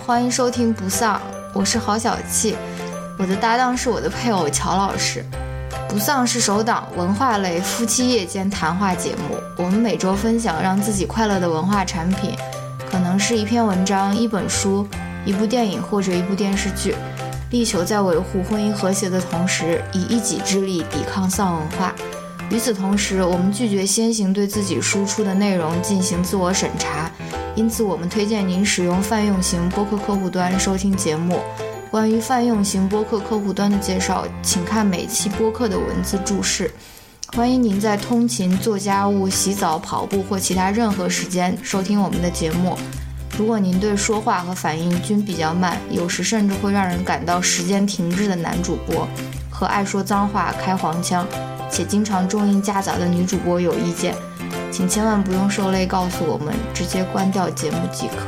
欢迎收听不丧，我是郝小气，我的搭档是我的配偶乔老师。不丧是首档文化类夫妻夜间谈话节目，我们每周分享让自己快乐的文化产品，可能是一篇文章、一本书、一部电影或者一部电视剧，力求在维护婚姻和谐的同时，以一己之力抵抗丧文化。与此同时，我们拒绝先行对自己输出的内容进行自我审查，因此我们推荐您使用泛用型播客客户端收听节目。关于泛用型播客客户端的介绍，请看每期播客的文字注释。欢迎您在通勤、做家务、洗澡、跑步或其他任何时间收听我们的节目。如果您对说话和反应均比较慢，有时甚至会让人感到时间停滞的男主播，和爱说脏话、开黄腔且经常重音夹杂的女主播有意见，请千万不用受累告诉我们，直接关掉节目即可。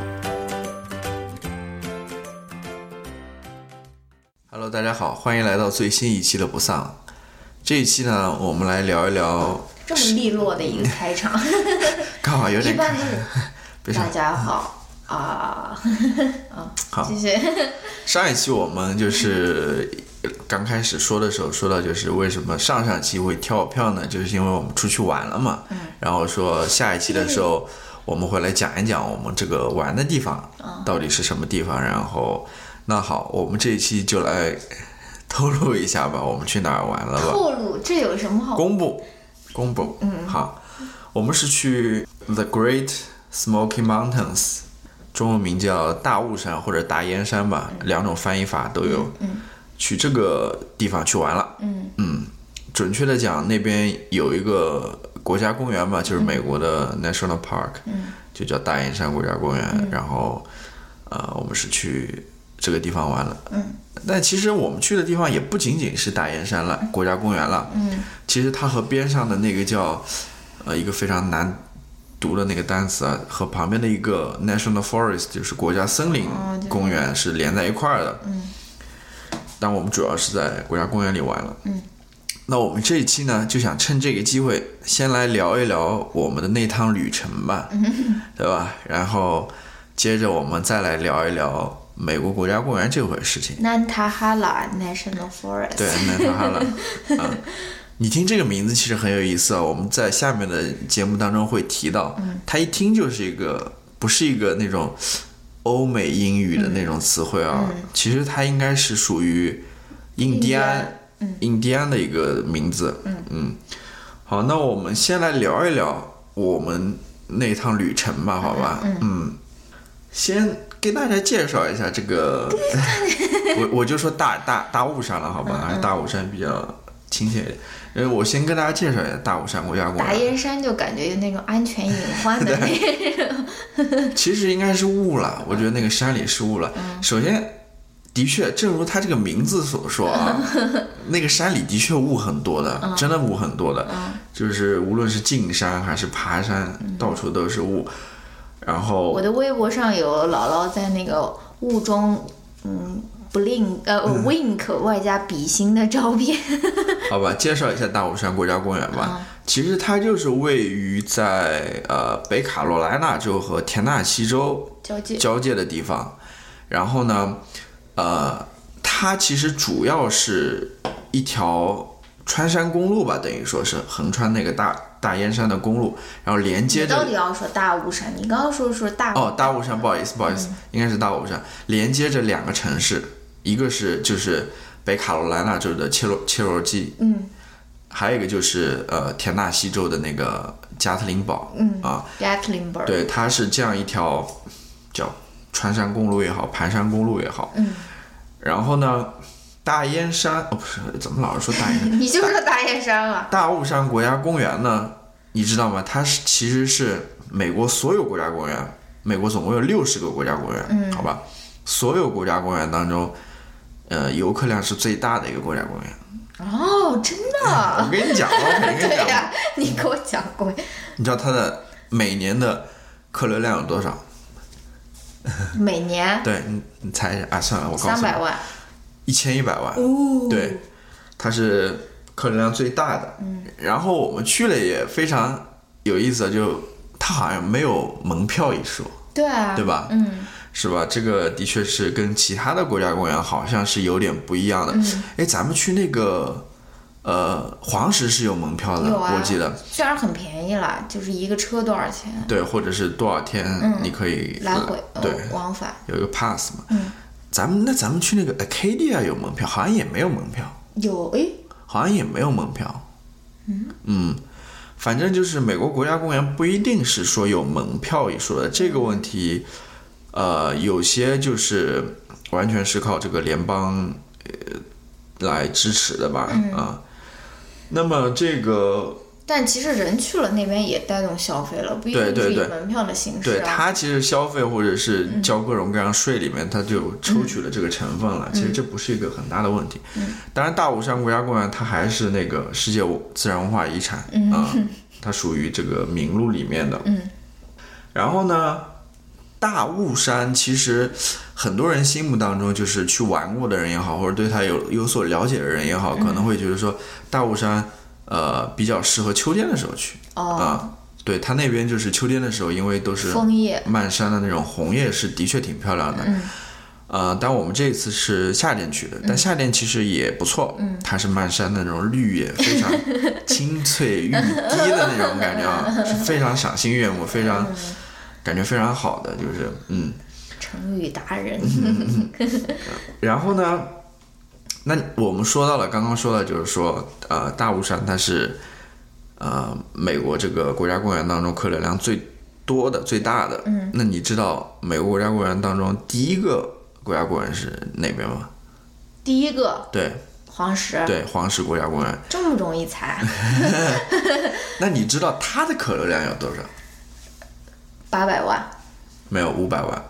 Hello， 大家好，欢迎来到最新一期的不丧。这一期呢，我们来聊一聊这么利落的一个开场， 刚好有点一般都是大家好啊， 好， 谢谢。 上一期我们就是刚开始说的时候说到，就是为什么上期会跳我票呢？就是因为我们出去玩了嘛。然后说下一期的时候我们会来讲一讲我们这个玩的地方到底是什么地方。然后那好，我们这一期就来透露一下吧，我们去哪儿玩了吧？ 透露这有什么好？ 公布。好，我们是去 The Great Smoky Mountains， 中文名叫大雾山或者大烟山吧，两种翻译法都有。去这个地方去玩了。准确的讲，那边有一个国家公园吧，就是美国的 National Park，就叫大烟山国家公园。然后我们是去这个地方玩了。但其实我们去的地方也不仅仅是大烟山了，国家公园了。其实它和边上的那个叫一个非常难读的那个单词啊，和旁边的一个 National Forest， 就是国家森林公园是连在一块儿的。但我们主要是在国家公园里玩了。那我们这一期呢，就想趁这个机会先来聊一聊我们的那趟旅程吧，对吧？然后接着我们再来聊一聊美国国家公园这回事情。 南塔哈拉 National Forest。对， 南塔哈拉。你听这个名字其实很有意思啊，我们在下面的节目当中会提到，它一听就是一个不是一个那种欧美英语的那种词汇啊，其实它应该是属于印第安的一个名字。好，那我们先来聊一聊我们那趟旅程吧，好吧？先跟大家介绍一下这个，我就说大雾山了，好吧？还是大雾山比较亲切一点。我先跟大家介绍一下大雾山国家公园。 大烟山就感觉有那种安全隐患的那种。 其实应该是雾了，我觉得那个山里是雾了。首先，的确，正如它这个名字所说啊，那个山里的确雾很多的，真的雾很多的。就是无论是进山还是爬山，到处都是雾。然后我的微博上有姥姥在那个雾中wink 外加比心的照片。 好吧，介绍一下大雾山国家公园吧。其实它就是位于在北卡罗来纳州和田纳西州交界的地方。然后呢，它其实主要是一条穿山公路吧，等于说是横穿那个大烟山的公路，然后连接着。 你到底要说大雾山？你刚刚说大雾山，不好意思，应该是大雾山，连接着两个城市，一个是就是北卡罗来纳州的切罗基，还有一个就是田纳西州的那个加特林堡。对，它是这样一条叫穿山公路也好，盘山公路也好。然后呢，大烟山不是，怎么老是说大烟山？ 你就说大烟山啊。 大雾山国家公园呢，你知道吗？它其实是美国所有国家公园，美国总共有60个国家公园，好吧？所有国家公园当中，游客量是最大的一个国家公园。 哦，真的？ 我跟你讲， 对呀，你给我讲过。 你知道它的每年的客流量有多少？ 每年？ 对，你猜一下啊？算了，我告诉你。 300万。 1100万。对，它是客流量最大的。然后我们去了也非常有意思，就它好像没有门票一说。 对啊， 对吧？ 是吧？这个的确是跟其他的国家公园好像是有点不一样的。哎，咱们去那个黄石是有门票的， 有啊， 我记得虽然很便宜啦，就是一个车多少钱？ 对，或者是多少天你可以来回对往返有一个 pass 嘛。咱们去那个 Acadia 有门票，好像也没有门票。 有哎， 好像也没有门票。反正就是美国国家公园不一定是说有门票一说的，这个问题，有些就是完全是靠这个联邦来支持的吧，那么这个， 但其实人去了那边也带动消费了，不一定是以门票的形式、 对，它其实消费或者是交各种各样税里面，它就抽取了这个成分了。其实这不是一个很大的问题。当然，大武山国家公园它还是那个世界自然文化遗产它属于这个名录里面的。然后呢，大雾山其实很多人心目当中就是去玩过的人也好，或者对它有所了解的人也好，可能会觉得说大雾山比较适合秋天的时候去对，它那边就是秋天的时候，因为都是枫叶漫山的那种红叶，是的确挺漂亮的。但我们这一次是夏天去的，但夏天其实也不错。它是漫山的那种绿叶，非常青翠欲滴的那种感觉是非常赏心悦目，非常感觉非常好的，就是成语达人。 然后呢，那我们刚刚说到就是说，大雾山它是美国这个国家公园当中客流量最多的、最大的。那你知道美国国家公园当中第一个国家公园是哪边吗？ 第一个对， 黄石。 对，黄石国家公园。 这么容易猜？ 那你知道它的客流量有多少 ？800万？ 没有，500万。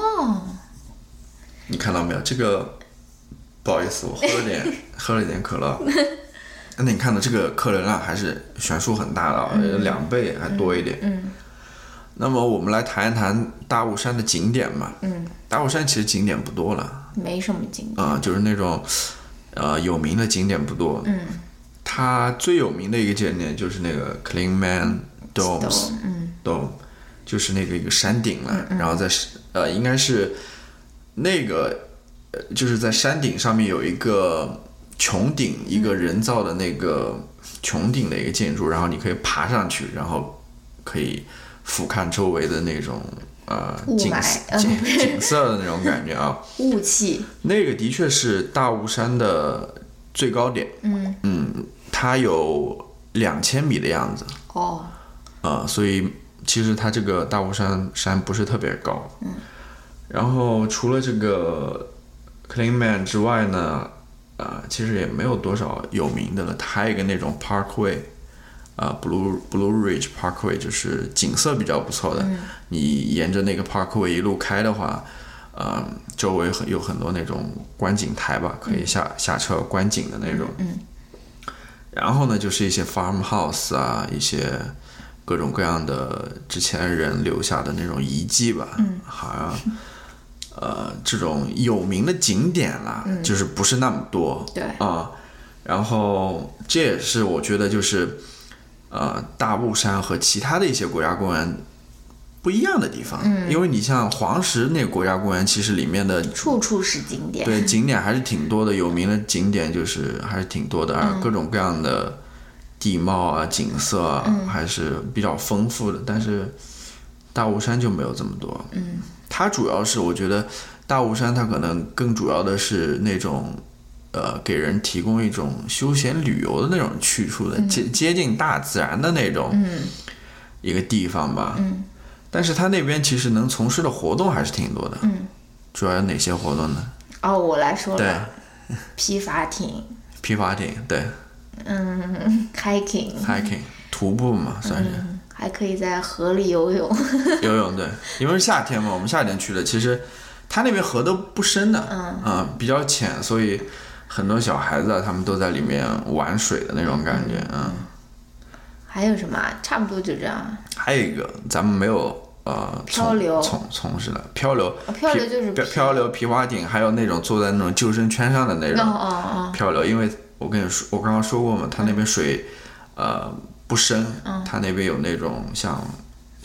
你看到没有？这个不好意思，我喝了点可乐。那你看到这个客流量还是悬殊很大的，2倍还多一点。那么我们来谈一谈大雾山的景点嘛。大雾山其实景点不多了， 没什么景点就是那种有名的景点不多。它最有名的一个景点就是那个 Clingman Dome，就是那个一个山顶了，然后在应该是那个就是在山顶上面有一个穹顶，一个人造的那个穹顶的一个建筑，然后你可以爬上去，然后可以俯瞰周围的那种景色的那种感觉啊， 雾气。那个的确是大雾山的最高点。它有2000米的样子。所以其实它这个大雾山不是特别高。然后除了这个 Clingman 之外呢，其实也没有多少有名的了。它还有一个那种 Parkway， Blue Ridge Parkway， 就是景色比较不错的。你沿着那个 Parkway 一路开的话，周围有很多那种观景台吧，可以下车观景的那种。然后呢，就是一些 farmhouse 一些各种各样的之前人留下的那种遗迹吧。好像这种有名的景点啦，就是不是那么多。 对然后这也是我觉得就是大雾山和其他的一些国家公园不一样的地方。因为你像黄石那个国家公园，其实里面的处处是景点。 对，景点还是挺多的，有名的景点就是还是挺多的，各种各样的地貌景色还是比较丰富的。但是大雾山就没有这么多。它主要是我觉得大雾山它可能更主要的是那种给人提供一种休闲旅游的那种去处的，接近大自然的那种一个地方吧。但是它那边其实能从事的活动还是挺多的。主要有哪些活动呢？ 我来说了。 对， 皮筏艇， 对。 hiking 徒步嘛，算是。 还可以在河里游泳。 对，因为是夏天嘛，我们夏天去的，其实它那边河都不深的，比较浅，所以很多小孩子他们都在里面玩水的那种感觉。 还有什么？差不多就这样。 还有一个咱们没有漂流从事的漂流就是漂流皮划艇，还有那种坐在那种救生圈上的那种漂流。因为我跟你说，我刚刚说过嘛，它那边水不深，它那边有那种像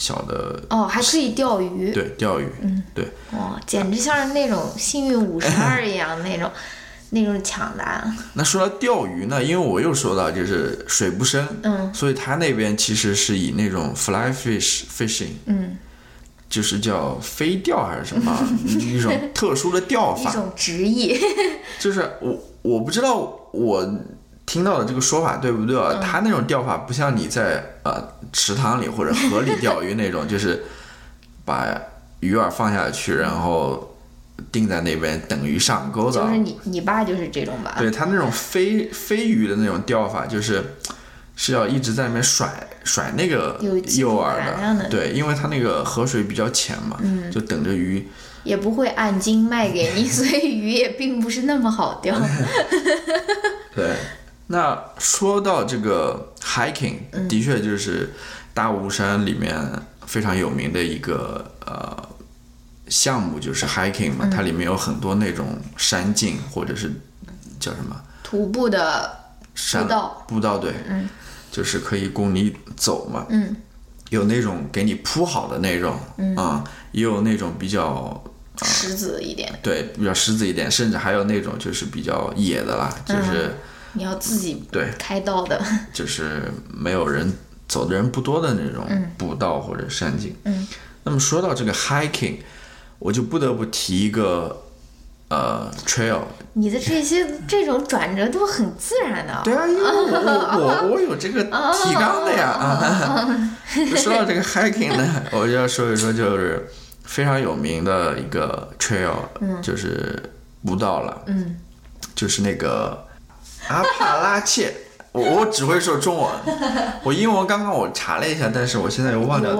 小的还可以钓鱼。 对，钓鱼，对， 简直像是那种幸运52一样那种抢答。 那说到钓鱼呢，因为我又说到就是水不深，所以他那边其实是以那种 fly fishing，就是叫飞钓还是什么一种特殊的钓法， 一种职业。 就是我不知道我听到的这个说法对不对啊？他那种钓法不像你在池塘里或者河里钓鱼那种，就是把鱼饵放下去，然后定在那边等鱼上钩的。 就是你爸就是这种吧？ 对，他那种飞鱼的那种钓法，是要一直在那边甩那个诱饵的。对，因为他那个河水比较浅嘛，就等着鱼。 也不会按斤卖给你，所以鱼也并不是那么好钓。 对，那说到这个 hiking，的确就是大雾山里面非常有名的一个项目，就是 hiking 嘛，它里面有很多那种山径或者是叫什么徒步的步道，对，就是可以供你走嘛，有那种给你铺好的那种，也有那种比较石子一点， 对，比较石子一点，甚至还有那种就是比较野的啦，就是你要自己对开道的， 就是没有人走的人不多的那种步道或者山径。那么说到这个 hiking， 我就不得不提一个trail。 你的这种转折都很自然的。 对啊，因为我有这个提纲的呀。说到这个 hiking 呢，我就要说一说，就是非常有名的一个 trail，就是步道了。就是那个阿帕拉契。我只会说中文，我英文刚刚我查了一下，但是我现在又忘了。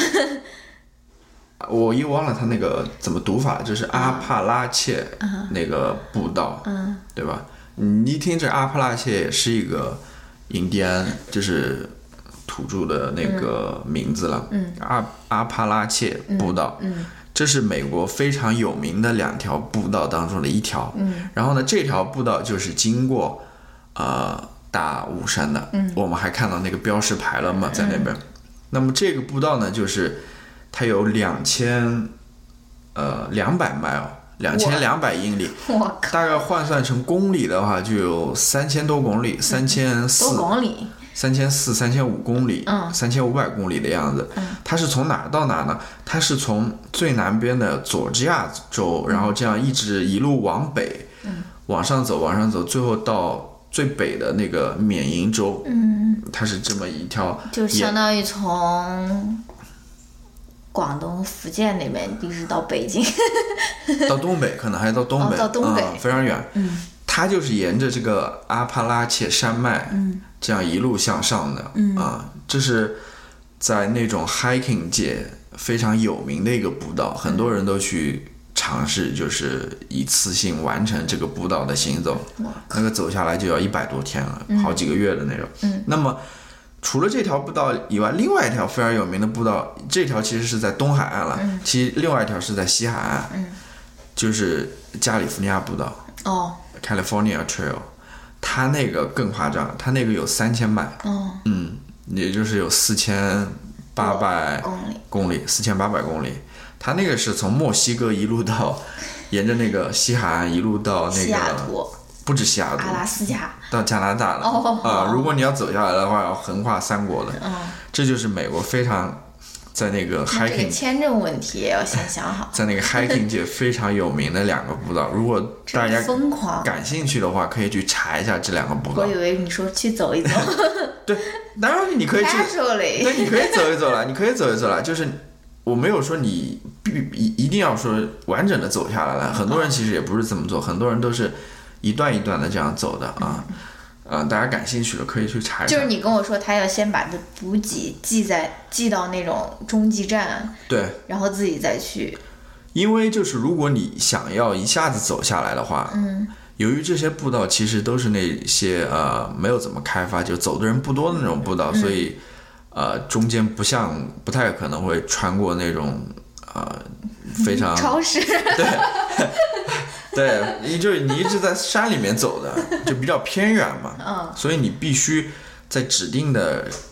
我又忘了他那个怎么读法，就是阿帕拉契那个步道，对吧？你一听这阿帕拉契也是一个印第安，就是土著的那个名字了。阿帕拉契步道，这是美国非常有名的2条步道当中的一条。然后呢，这条步道就是经过大雾山的。我们还看到那个标识牌了嘛，在那边。那么这个步道呢，就是它有2200 mile，2200英里，大概换算成公里的话，就有3000多公里，3400、3500公里，3500公里的样子。它是从哪到哪呢？它是从最南边的佐治亚州，然后这样一路往北，往上走，最后到最北的那个缅因州。它是这么一条， 就相当于从广东、福建那边一直到北京， 到东北，可能还到东北， 到东北， 非常远。它就是沿着这个阿帕拉契山脉，这样一路向上的。这是在那种 hiking 界非常有名的一个步道，很多人都去尝试，就是一次性完成这个步道的行走。那个走下来就要100多天了，好几个月的那种。那么除了这条步道以外，另外一条非常有名的步道，这条其实是在东海岸了，其实另外一条是在西海岸，就是加利福尼亚步道。California Trail， 它那个更夸张，它那个有3000迈，也就是有4800公里，4800公里。它那个是从墨西哥一路到，沿着那个西海岸一路到那个西雅图， 不止西雅图， 阿拉斯加到加拿大了。如果你要走下来的话，要横跨3国的。这就是美国非常在那个 hiking， 这个签证问题也要先想好。 在那个 hiking 界非常有名的2个步道，如果大家感兴趣的话，可以去查一下这2个步道。 我以为你说去走一走。 对，当然你可以去，对，你可以走一走了，就是我没有说你一定要说完整的走下来了，很多人其实也不是这么做，很多人都是一段一段的这样走的啊。大家感兴趣的可以去查一下。 就是你跟我说他要先把这补给寄到那种中继站， 对， 然后自己再去。 因为就是如果你想要一下子走下来的话，由于这些步道其实都是那些没有怎么开发，就走的人不多的那种步道，所以中间不太可能会穿过那种非常超市。 对，就是你一直在山里面走的，就比较偏远嘛，所以你必须在指定的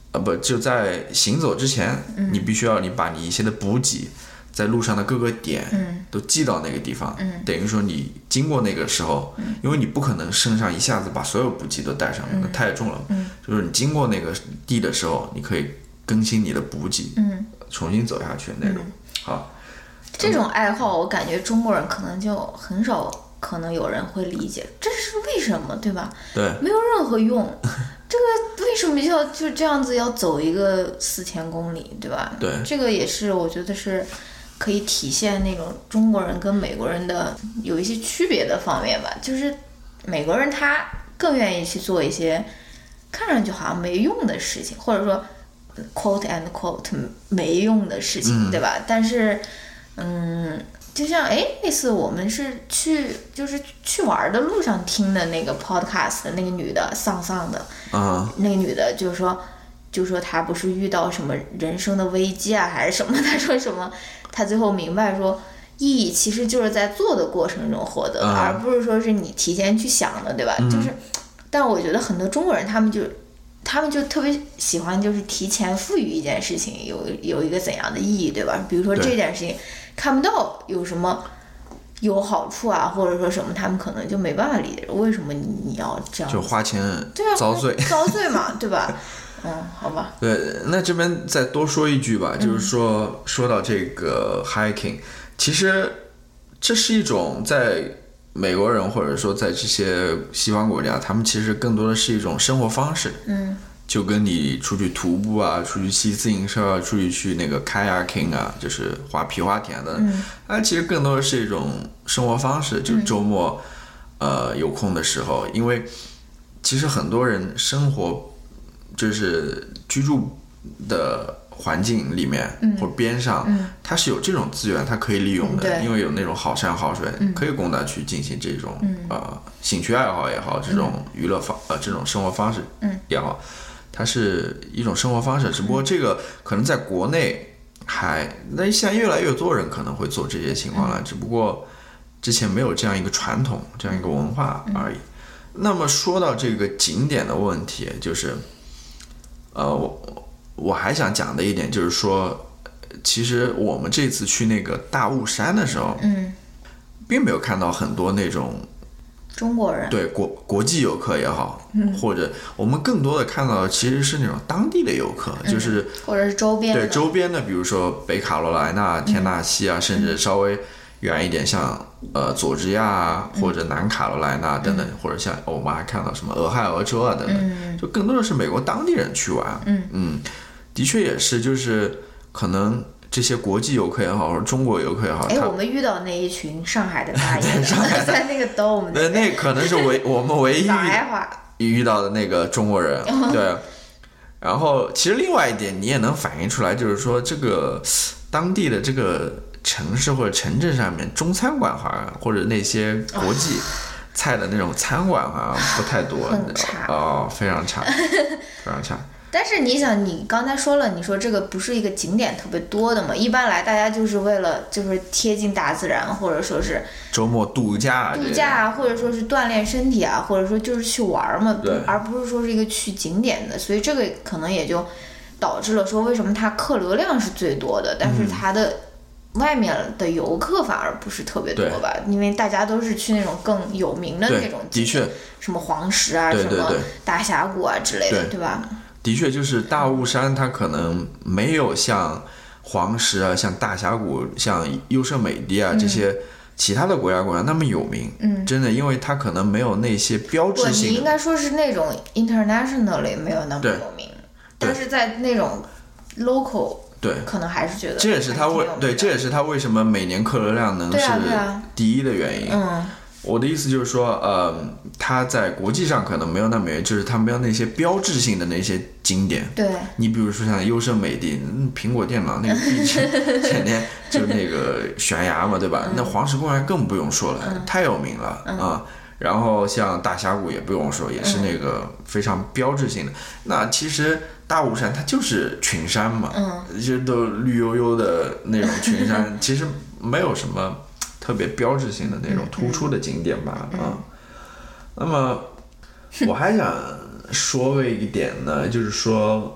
不就在行走之前，你必须要你把你一些的补给在路上的各个点都寄到那个地方，等于说你经过那个时候，因为你不可能身上一下子把所有补给都带上，那太重了，就是你经过那个地的时候，你可以更新你的补给，重新走下去那种。好， 这种爱好我感觉中国人可能就很少，可能有人会理解这是为什么，对吧？ 对， 没有任何用。这个为什么就这样子要走一个4000公里，对吧？ 对， 这个也是我觉得是可以体现那种中国人跟美国人的有一些区别的方面吧。就是美国人他更愿意去做一些看上去好像没用的事情，或者说 quote and quote 没用的事情，对吧？但是就像那次我们是去玩的路上听的那个 podcast 的那个女的丧的，那个女的就说她不是遇到什么人生的危机啊还是什么，她说什么她最后明白说意义其实就是在做的过程中获得的，而不是说是你提前去想的，对吧？就是但我觉得很多中国人他们就特别喜欢就是提前赋予一件事情有一个怎样的意义，对吧？比如说这件事情看不到有什么有好处啊，或者说什么，他们可能就没办法理解为什么你要这样， 就花钱遭罪， 遭罪嘛，对吧？好吧。 对，那这边再多说一句吧，就是说到这个 hiking， 其实这是一种在美国人或者说在这些西方国家，他们其实更多的是一种生活方式。就跟你出去徒步啊，出去骑自行车啊，出去那个 kayaking 啊，就是划皮划田的，它其实更多的是一种生活方式。就周末有空的时候，因为其实很多人生活就是居住的环境里面或者边上，它是有这种资源，它可以利用的，因为有那种好山好水，可以供他去进行这种兴趣爱好也好，这种娱乐这种生活方式也好。它是一种生活方式，只不过这个可能在国内那现在越来越多人可能会做这些情况了，只不过之前没有这样一个传统，这样一个文化而已。那么说到这个景点的问题，就是我还想讲的一点就是说，其实我们这次去那个大雾山的时候，并没有看到很多那种中国人，对国际游客也好，或者我们更多的看到的其实是那种当地的游客，就是或者是周边的， 对周边的，比如说北卡罗来纳、田纳西啊，甚至稍微远一点，像佐治亚啊，或者南卡罗来纳等等，或者像我们还看到什么俄亥俄州啊等等，就更多的是美国当地人去玩。的确也是，就是可能这些国际游客也好，或者中国游客也好， 我们遇到那一群上海的大爷在那个dome， 那可能是我们唯一遇到的那个中国人，对。然后其实另外一点你也能反映出来，就是说这个当地的这个城市或者城镇上面中餐馆好像或者那些国际菜的那种餐馆好像不太多， 很差非常差，非常差。 但是你想，你刚才说了，你说这个不是一个景点特别多的嘛？一般来大家就是为了就是贴近大自然，或者说是周末度假啊，或者说是锻炼身体啊，或者说就是去玩嘛，而不是说是一个去景点的。所以这个可能也就导致了说为什么它客流量是最多的，但是它的外面的游客反而不是特别多吧？因为大家都是去那种更有名的那种景点， 的确， 什么黄石啊，什么大峡谷啊之类的，对吧？ 的确，就是大雾山，它可能没有像黄石啊、像大峡谷、像优胜美地啊这些其他的国家那么有名。真的，因为它可能没有那些标志性的。 你应该说是那种 internationally 没有那么有名，但是在那种 local， 可能还是觉得这也是他为什么每年客流量能是第一的原因。我的意思就是说，它在国际上可能没有那么远，就是它没有那些标志性的那些景点。 对， 你比如说像优胜美地、苹果电脑那个壁前天就那个悬崖嘛，对吧？那黄石公园更不用说了，太有名了啊。然后像大峡谷也不用说，也是那个非常标志性的。那其实大雾山它就是群山嘛，就都绿油油的那种群山，其实没有什么特别标志性的那种突出的景点吧。那么我还想说一点呢，就是说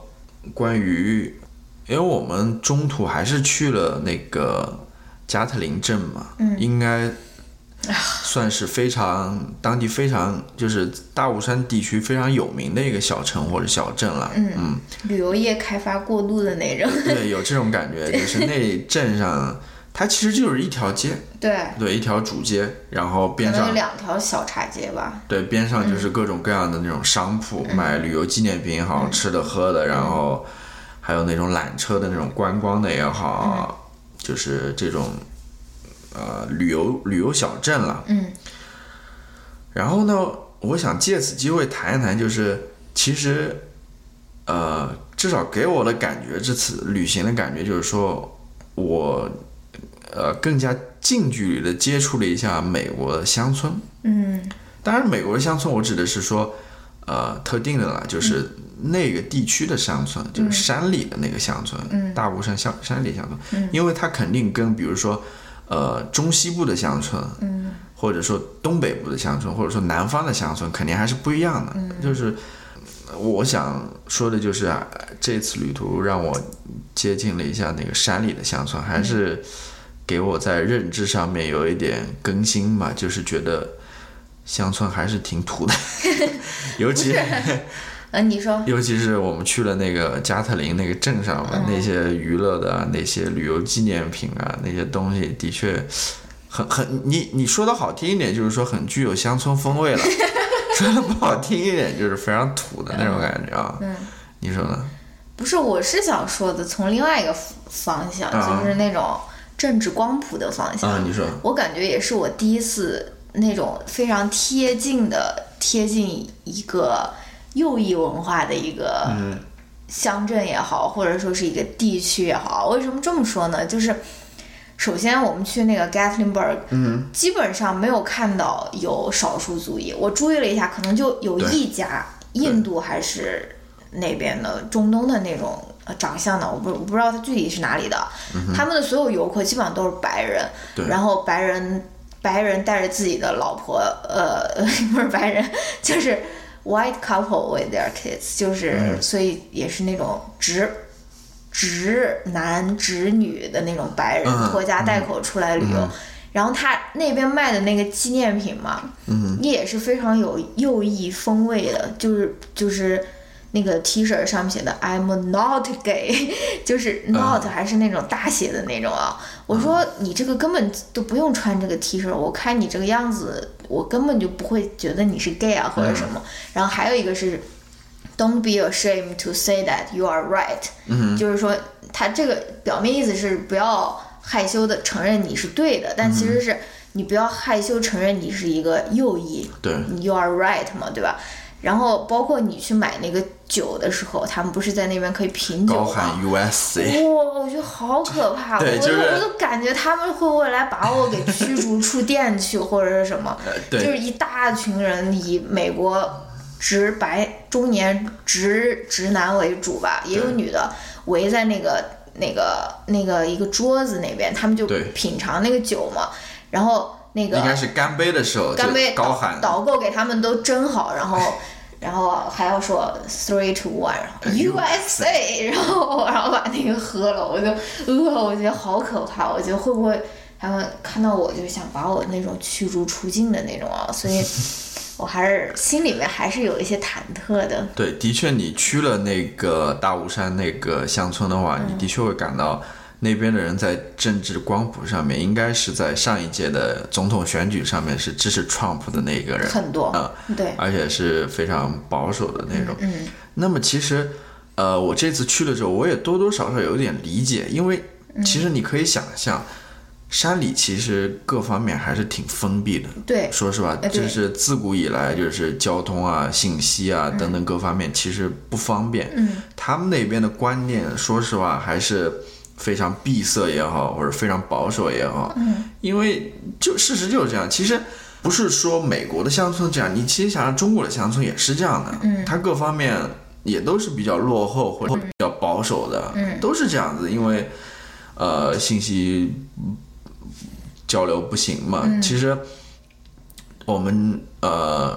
关于，因为我们中途还是去了那个加特林镇嘛，应该算是当地非常就是大雾山地区非常有名的一个小城或者小镇了。 旅游业开发过度的那种。 对，有这种感觉，就是那镇上它其实就是一条街，对，一条主街，然后边上可能有2条小茶街吧。 对，边上就是各种各样的那种商铺，卖旅游纪念品好，吃的喝的，然后还有那种缆车的那种观光的也好，就是这种旅游小镇了。然后呢，我想借此机会谈一谈，就是其实至少给我的感觉，这次旅行的感觉就是说我更加近距离的接触了一下美国的乡村。当然美国的乡村我指的是说特定的啦，就是那个地区的乡村，就是山里的那个乡村，大雾山山里乡村，因为它肯定跟比如说中西部的乡村，或者说东北部的乡村，或者说南方的乡村肯定还是不一样的。就是我想说的就是这次旅途让我接近了一下那个山里的乡村，还是给我在认知上面有一点更新嘛，就是觉得乡村还是挺土的尤其你说， 尤其是我们去了那个加特林那个镇上嘛，那些娱乐的那些旅游纪念品那些东西的确你说的好听一点就是说很具有乡村风味了说的不好听一点就是非常土的那种感觉你说呢？ 不是，我是想说的从另外一个方向，就是那种政治光谱的方向。 你说， 我感觉也是我第一次那种非常贴近一个右翼文化的一个乡镇也好，或者说是一个地区也好。为什么这么说呢？就是首先我们去那个 Gatlinburg，基本上没有看到有少数族裔。我注意了一下，可能就有一家印度还是那边的中东的那种长相的，我不知道他具体是哪里的。他们的所有游客基本上都是白人，然后白人带着自己的老婆，不是白人，就是 white couple with their kids， 就是所以也是那种直男直女的那种白人，拖家带口出来旅游。然后他那边卖的那个纪念品嘛，也是非常有右翼风味的，就是那个 T 恤上面写的 I'm not gay， 就是 not 还是那种大写的那种我说你这个根本都不用穿这个 T 恤，我看你这个样子，我根本就不会觉得你是 gay 或者什么。然后还有一个是 Don't be ashamed to say that you are right，就是说他这个表面意思是不要害羞的承认你是对的，但其实是你不要害羞承认你是一个右翼， 对 ，You are right 嘛，对吧？然后包括你去买那个酒的时候，他们不是在那边可以品酒吗？ 高喊 USA， 哇，我觉得好可怕！ 对， 我都感觉他们会不会来把我给驱逐出店去，或者是什么？就是一大群人以美国直白中年直男为主吧，也有女的围在那个一个桌子那边，他们就品尝那个酒嘛，然后那个应该是干杯的时候， 干杯高喊导购给他们都蒸好，然后还要说 3, 2, 1， 然后 USA， 然后把那个喝了，我觉得好可怕，我觉得会不会他们看到我就想把我那种驱逐出境的那种所以我还是心里面还是有一些忐忑的。 对，的确你去了那个大雾山那个乡村的话，你的确会感到那边的人在政治光谱上面应该是在上一届的总统选举上面是支持 Trump 的那个人很多对， 而且是非常保守的那种那么其实我这次去了之后我也多多少少有点理解，因为其实你可以想象山里其实各方面还是挺封闭的， 对， 说实话就是自古以来就是交通信息等等各方面其实不方便他们那边的观念说实话还是非常闭塞也好，或者非常保守也好因为就事实就是这样，其实不是说美国的乡村这样，你其实想想中国的乡村也是这样的它各方面也都是比较落后或者比较保守的都是这样子，因为信息交流不行嘛其实我们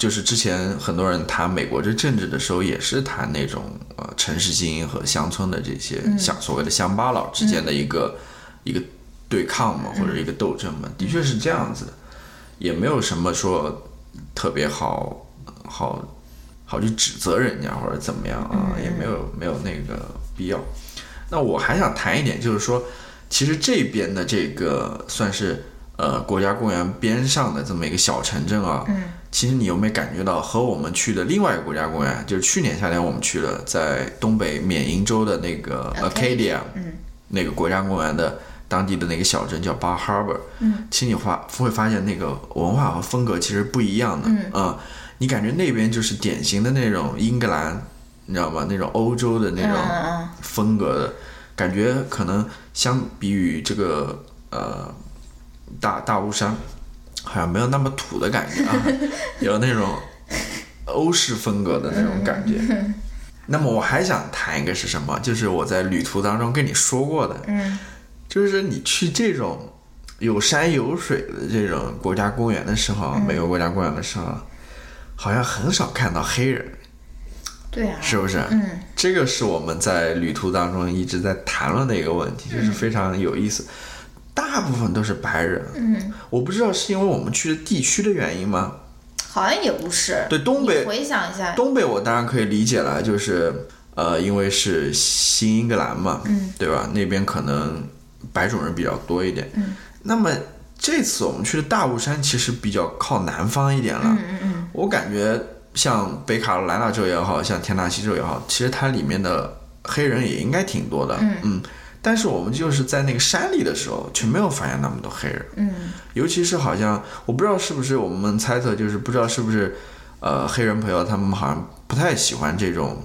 就是之前很多人谈美国这政治的时候，也是谈那种城市精英和乡村的这些所谓的乡巴佬之间的一个对抗嘛，或者一个斗争嘛，的确是这样子的，也没有什么说特别好去指责人家或者怎么样啊，也没有那个必要。那我还想谈一点，就是说，其实这边的这个算是国家公园边上的这么一个小城镇啊，其实你有没有感觉到和我们去的另外一个国家公园，就是去年夏天我们去了在东北缅因州的那个 Acadia，那个国家公园的当地的那个小镇叫 Bar Harbor，其实你会发现那个文化和风格其实不一样的，你感觉那边就是典型的那种英格兰，你知道吗？那种欧洲的那种风格的感觉，可能相比于这个大雾山，好像没有那么土的感觉啊，有那种欧式风格的那种感觉。那么我还想谈一个是什么？就是我在旅途当中跟你说过的，就是你去这种有山有水的这种国家公园的时候，美国国家公园的时候，好像很少看到黑人。 对啊， 是不是？这个是我们在旅途当中一直在谈论的一个问题，就是非常有意思。大部分都是白人，我不知道是因为我们去的地区的原因吗？ 好像也不是。 对，东北， 你回想一下， 东北我当然可以理解了，就是因为是新英格兰嘛，对吧？那边可能白种人比较多一点。那么这次我们去的大雾山其实比较靠南方一点了，我感觉。像北卡罗来纳州也好，像田纳西州也好，其实它里面的黑人也应该挺多的，但是我们就是在那个山里的时候，却没有发现那么多黑人，尤其是好像我不知道是不是我们猜测，就是不知道是不是黑人朋友他们好像不太喜欢这种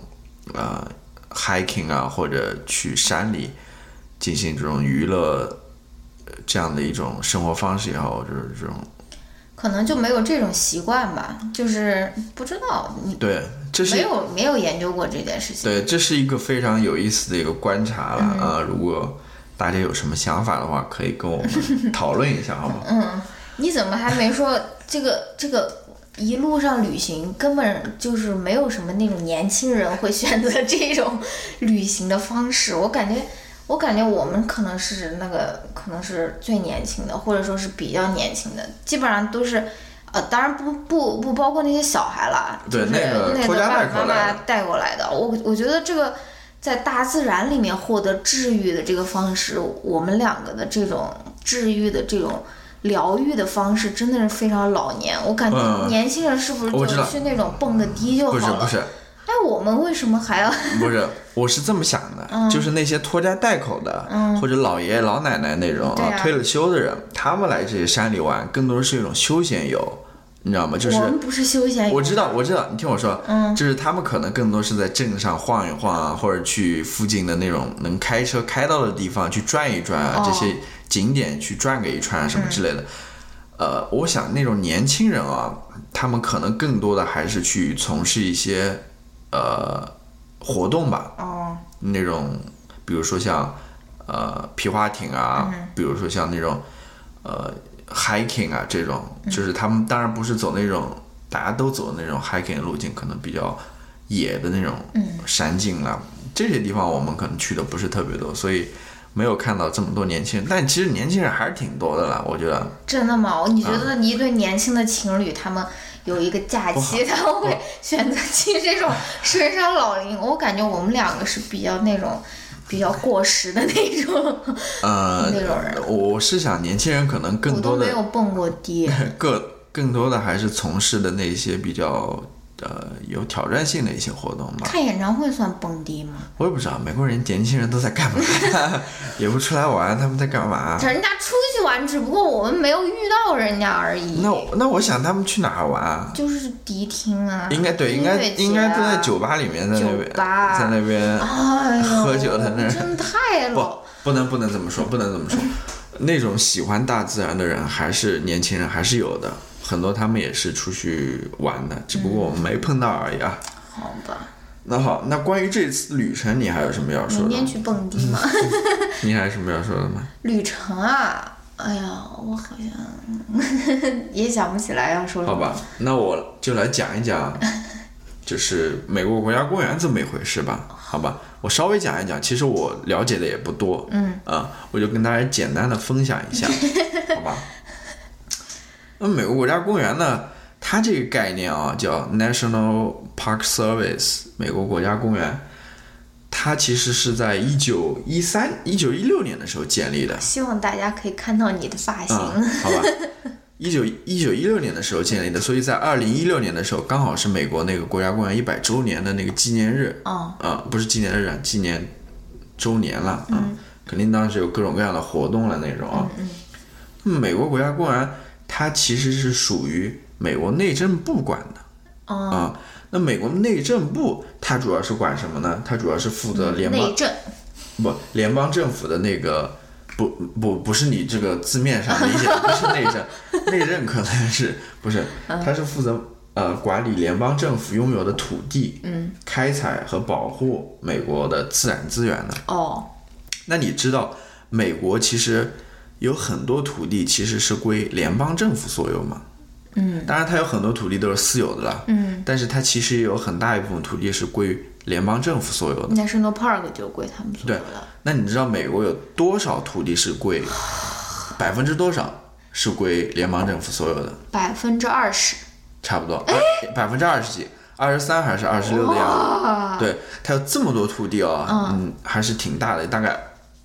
hiking 啊，或者去山里进行这种娱乐这样的一种生活方式也好，或者这种。 可能就没有这种习惯吧，就是不知道你对，这是没有研究过这件事情。 对，这是一个非常有意思的一个观察了如果大家有什么想法的话，可以跟我们讨论一下，好吗？ 你怎么还没说这个一路上旅行根本就是没有什么那种年轻人会选择这种旅行的方式？我感觉我们可能是最年轻的，或者说是比较年轻的，基本上都是，当然不包括那些小孩了， 对， 就是那个爸爸妈妈带过来的。我觉得这个在大自然里面获得治愈的这个方式，我们两个的这种治愈的这种疗愈的方式，真的是非常老年。我感觉年轻人是不是就去那种蹦个迪就好了？ 不是。 哎，我们为什么还要？ 不是，我是这么想的，就是那些拖家带口的，或者老爷爷老奶奶那种退了休的人，他们来这些山里玩，更多是一种休闲游，你知道吗？就是我们不是休闲游。 我知道，你听我说，就是他们可能更多是在镇上晃一晃啊，或者去附近的那种能开车开到的地方去转一转啊，这些景点去转个一圈啊什么之类的。我想那种年轻人啊，他们可能更多的还是去从事一些。活动吧，那种比如说像皮划艇啊，比如说像那种hiking 啊这种，就是他们当然不是走那种大家都走的那种 hiking 路径，可能比较野的那种山径啊，这些地方我们可能去的不是特别多，所以没有看到这么多年轻人，但其实年轻人还是挺多的啦，我觉得。真的吗？ 你觉得一对年轻的情侣他们有一个假期，他们会选择去这种深山老林？我感觉我们两个是比较那种比较过时的那种那种人。 我是想年轻人可能更多的我都没有蹦过迪， 更多的还是从事的那些比较有挑战性的一些活动吧。 看演唱会算蹦迪吗？ 我也不知道，美国人年轻人都在干嘛也不出来玩，他们在干嘛？ 人家出去玩，只不过我们没有遇到人家而已。 那我想他们去哪儿玩啊？ 就是迪厅啊。 应该对，应该都在酒吧里面，在那边喝酒的那。 真太老。 不能这么说，那种喜欢大自然的人，还是年轻人还是有的。很多他们也是出去玩的，只不过我们没碰到而已啊。 好吧。 那好，那关于这次旅程，你还有什么要说的？ 明天去蹦迪吗？ 你还有什么要说的吗？ 旅程啊， 哎呀，我好像也想不起来要说什么。 好吧，那我就来讲一讲，就是美国国家公园这么一回事吧。好吧，我稍微讲一讲，其实我了解的也不多。我就跟大家简单的分享一下，好吧。那美国国家公园呢，它这个概念啊叫 National Park Service， 美国国家公园。它其实是在1916年的时候建立的。 希望大家可以看到你的发型。 好吧，1916年的时候建立的，所以在2016年的时候，刚好是美国那个国家公园100周年的那个纪念日。不是纪念日，纪念周年了。肯定当时有各种各样的活动了那种啊。美国国家公园它其实是属于美国内政部管的。那美国内政部它主要是管什么呢？它主要是负责联邦政府的那个不是你这个字面上理解的，不是内政，内政可能是不是？它是负责管理联邦政府拥有的土地，开采和保护美国的自然资源的。那你知道美国其实有很多土地其实是归联邦政府所有吗？当然它有很多土地都是私有的了。但是它其实也有很大一部分土地是归联邦政府所有的。 National Park 就归他们所有的。 对，那你知道美国有多少土地是归多少是归联邦政府所有的 ？20%， 差不多，20%几，23还是26的样子。对，它有这么多土地还是挺大的，大概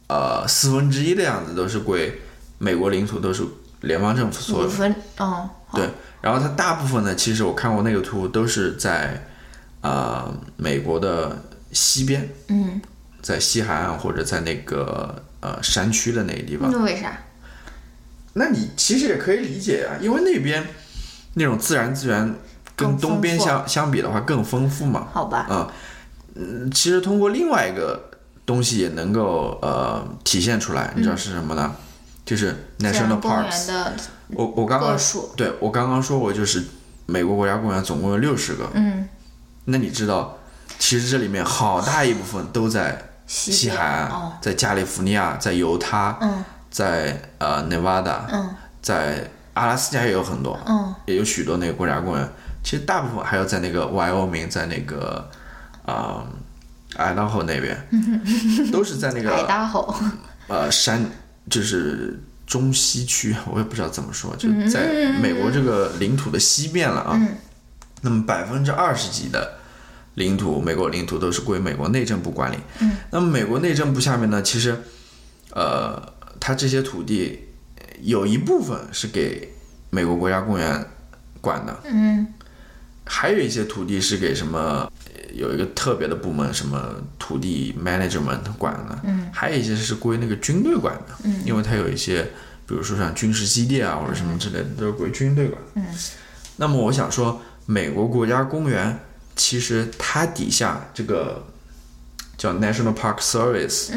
1/4的样子都是归美国领土，都是联邦政府所有的。对，然后它大部分呢，其实我看过那个图，都是在美国的西边，在西海岸或者在那个山区的那个地方。 那为啥？ 那你其实也可以理解啊，因为那边那种自然资源跟东边相比的话更丰富嘛。 好吧。 其实通过另外一个东西也能够体现出来，你知道是什么呢？就是 National Parks。我刚刚说过，就是美国国家公园总共有60个。那你知道，其实这里面好大一部分都在西海岸，在加利福尼亚，在犹他，在Nevada，在阿拉斯加也有很多，也有许多那个国家公园。其实大部分还有在那个 Wyoming， 在那个爱达荷那边，都是在那个爱达荷山，就是中西区，我也不知道怎么说，就在美国这个领土的西边了啊。那么20%几的领土，美国领土都是归美国内政部管理。那么美国内政部下面呢，其实它这些土地有一部分是给美国国家公园管的。还有一些土地是给什么，有一个特别的部门，什么土地 management 管的。还有一些是归那个军队管的。因为它有一些比如说像军事基地啊或者什么之类的，都是归军队管。那么我想说，美国国家公园其实它底下这个叫 National Park Service，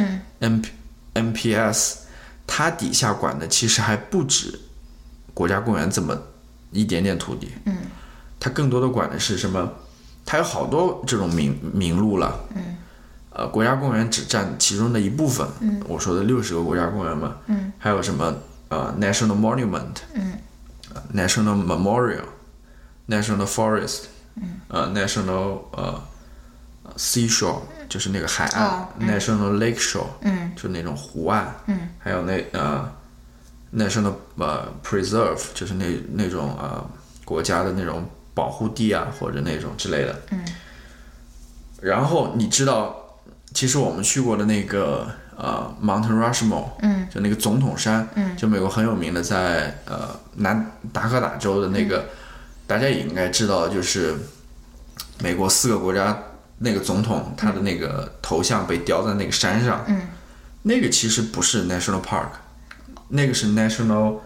NPS， 它底下管的其实还不止国家公园这么一点点土地。它更多的管的是什么？它有好多这种名录了。国家公园只占其中的一部分。我说的60个国家公园嘛。还有什么National Monument，National Memorial，National Forest，National Seashore， 就是那个海岸，National Lake Shore， 就那种湖岸。还有National Preserve， 就是那种国家的那种保护地啊，或者那种之类的。然后你知道，其实我们去过的那个Mount Rushmore，就那个总统山，就美国很有名的，在南达科塔州的那个，大家也应该知道，就是美国4个国家那个总统他的那个头像被雕在那个山上。那个其实不是 National Park， 那个是 National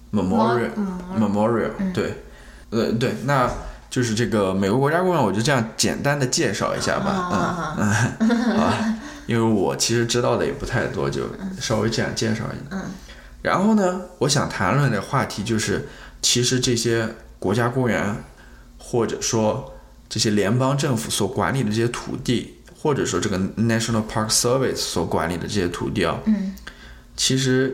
Memorial。对，对，那就是这个美国国家公园，我就这样简单的介绍一下吧。因为我其实知道的也不太多，就稍微这样介绍一下。然后呢，我想谈论的话题就是，其实这些国家公园，或者说这些联邦政府所管理的这些土地，或者说这个 National Park Service 所管理的这些土地啊，其实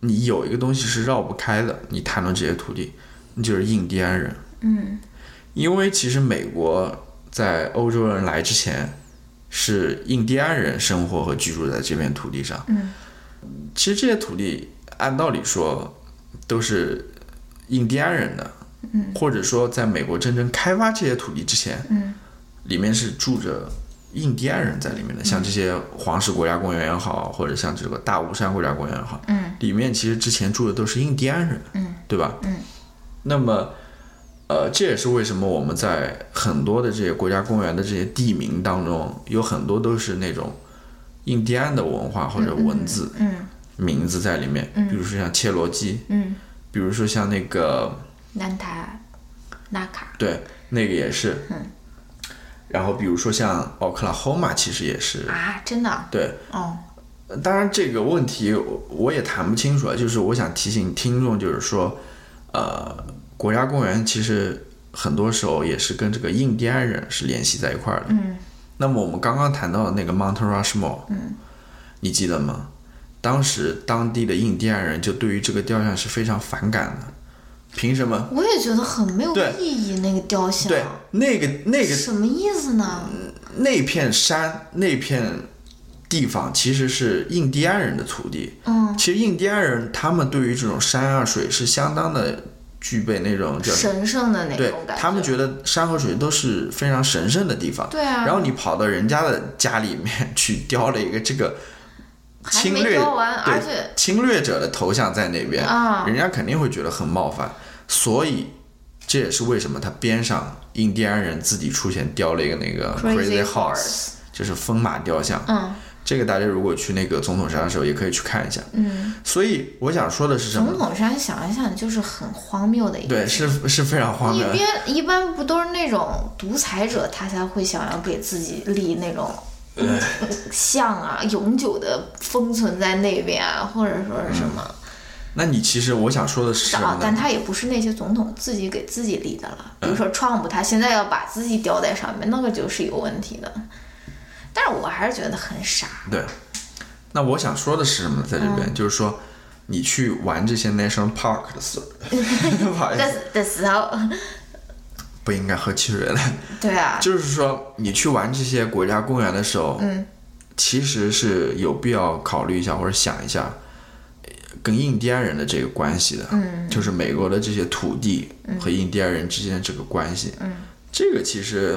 你有一个东西是绕不开的，你谈论这些土地，那就是印第安人。因为其实美国在欧洲人来之前，是印第安人生活和居住在这片土地上。其实这些土地按道理说都是印第安人的，或者说在美国真正开发这些土地之前，里面是住着印第安人在里面的，像这些黄石国家公园也好，或者像这个大雾山国家公园也好，里面其实之前住的都是印第安人，对吧？那么这也是为什么我们在很多的这些国家公园的这些地名当中，有很多都是那种印第安的文化或者文字、名字在里面，比如说像切罗基，比如说像那个南塔纳卡， 对，那个也是，然后比如说像奥克拉荷马，其实也是啊，真的， 对，当然这个问题我也谈不清楚了，就是我想提醒听众，就是说，国家公园其实很多时候也是跟这个印第安人是联系在一块儿的。那么我们刚刚谈到的那个 Mount Rushmore，你记得吗？当时当地的印第安人就对于这个雕像是非常反感的，凭什么？ 我也觉得很没有意义，那个雕像。 对，那个什么意思呢？ 那片山那片地方其实是印第安人的土地。其实印第安人他们对于这种山啊水是相当的具备那种叫神圣的那种感觉， 他们觉得山和水都是非常神圣的地方。 对啊， 然后你跑到人家的家里面去雕了一个这个侵略， 而且侵略者的头像在那边，人家肯定会觉得很冒犯。所以这也是为什么他边上印第安人自己出钱雕了一个那个 Crazy Horse， 就是疯马雕像。这个大家如果去那个总统山的时候也可以去看一下。所以我想说的是什么？ 总统山想一想就是很荒谬的一个， 对，是非常荒谬的。 一般不都是那种独裁者他才会想要给自己立那种像啊，永久的封存在那边啊，或者说是什么。 那你其实我想说的是什么呢？ 但他也不是那些总统自己给自己立的了。比如说川普，他现在要把自己雕在上面，那个就是有问题的。但是我还是觉得很傻。 对，那我想说的是什么？在这边、就是说，你去玩这些 national park 的时候， 的时候， 不应该喝汽水的。 对啊， 就是说，你去玩这些国家公园的时候，其实是有必要考虑一下或者想一下，跟印第安人的这个关系的。就是美国的这些土地和印第安人之间的这个关系。这个其实。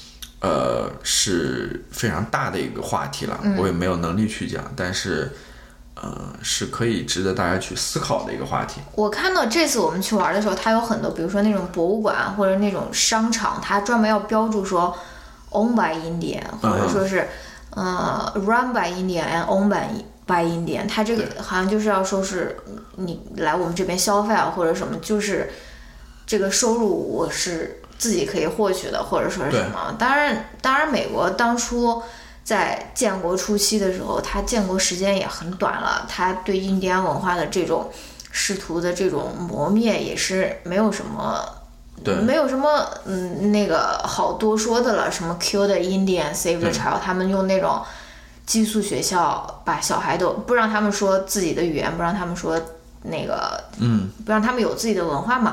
是非常大的一个话题了，我也没有能力去讲，但是是可以值得大家去思考的一个话题。 我看到这次我们去玩的时候，它有很多，比如说那种博物馆或者那种商场，它专门要标注说 owned by Indian， 或者说是run by Indian and owned by Indian， 它这个好像就是要说是你来我们这边消费啊或者什么，就是这个收入我是自己可以获取的，或者说是什么。当然美国当初在建国初期的时候，它建国时间也很短了，它对印第安文化的这种试图的这种磨灭也是没有什么那个好多说的了，什么 kill the Indian save the child， 他们用那种寄宿学校把小孩都不让他们说自己的语言，不让他们说那个不让他们有自己的文化嘛。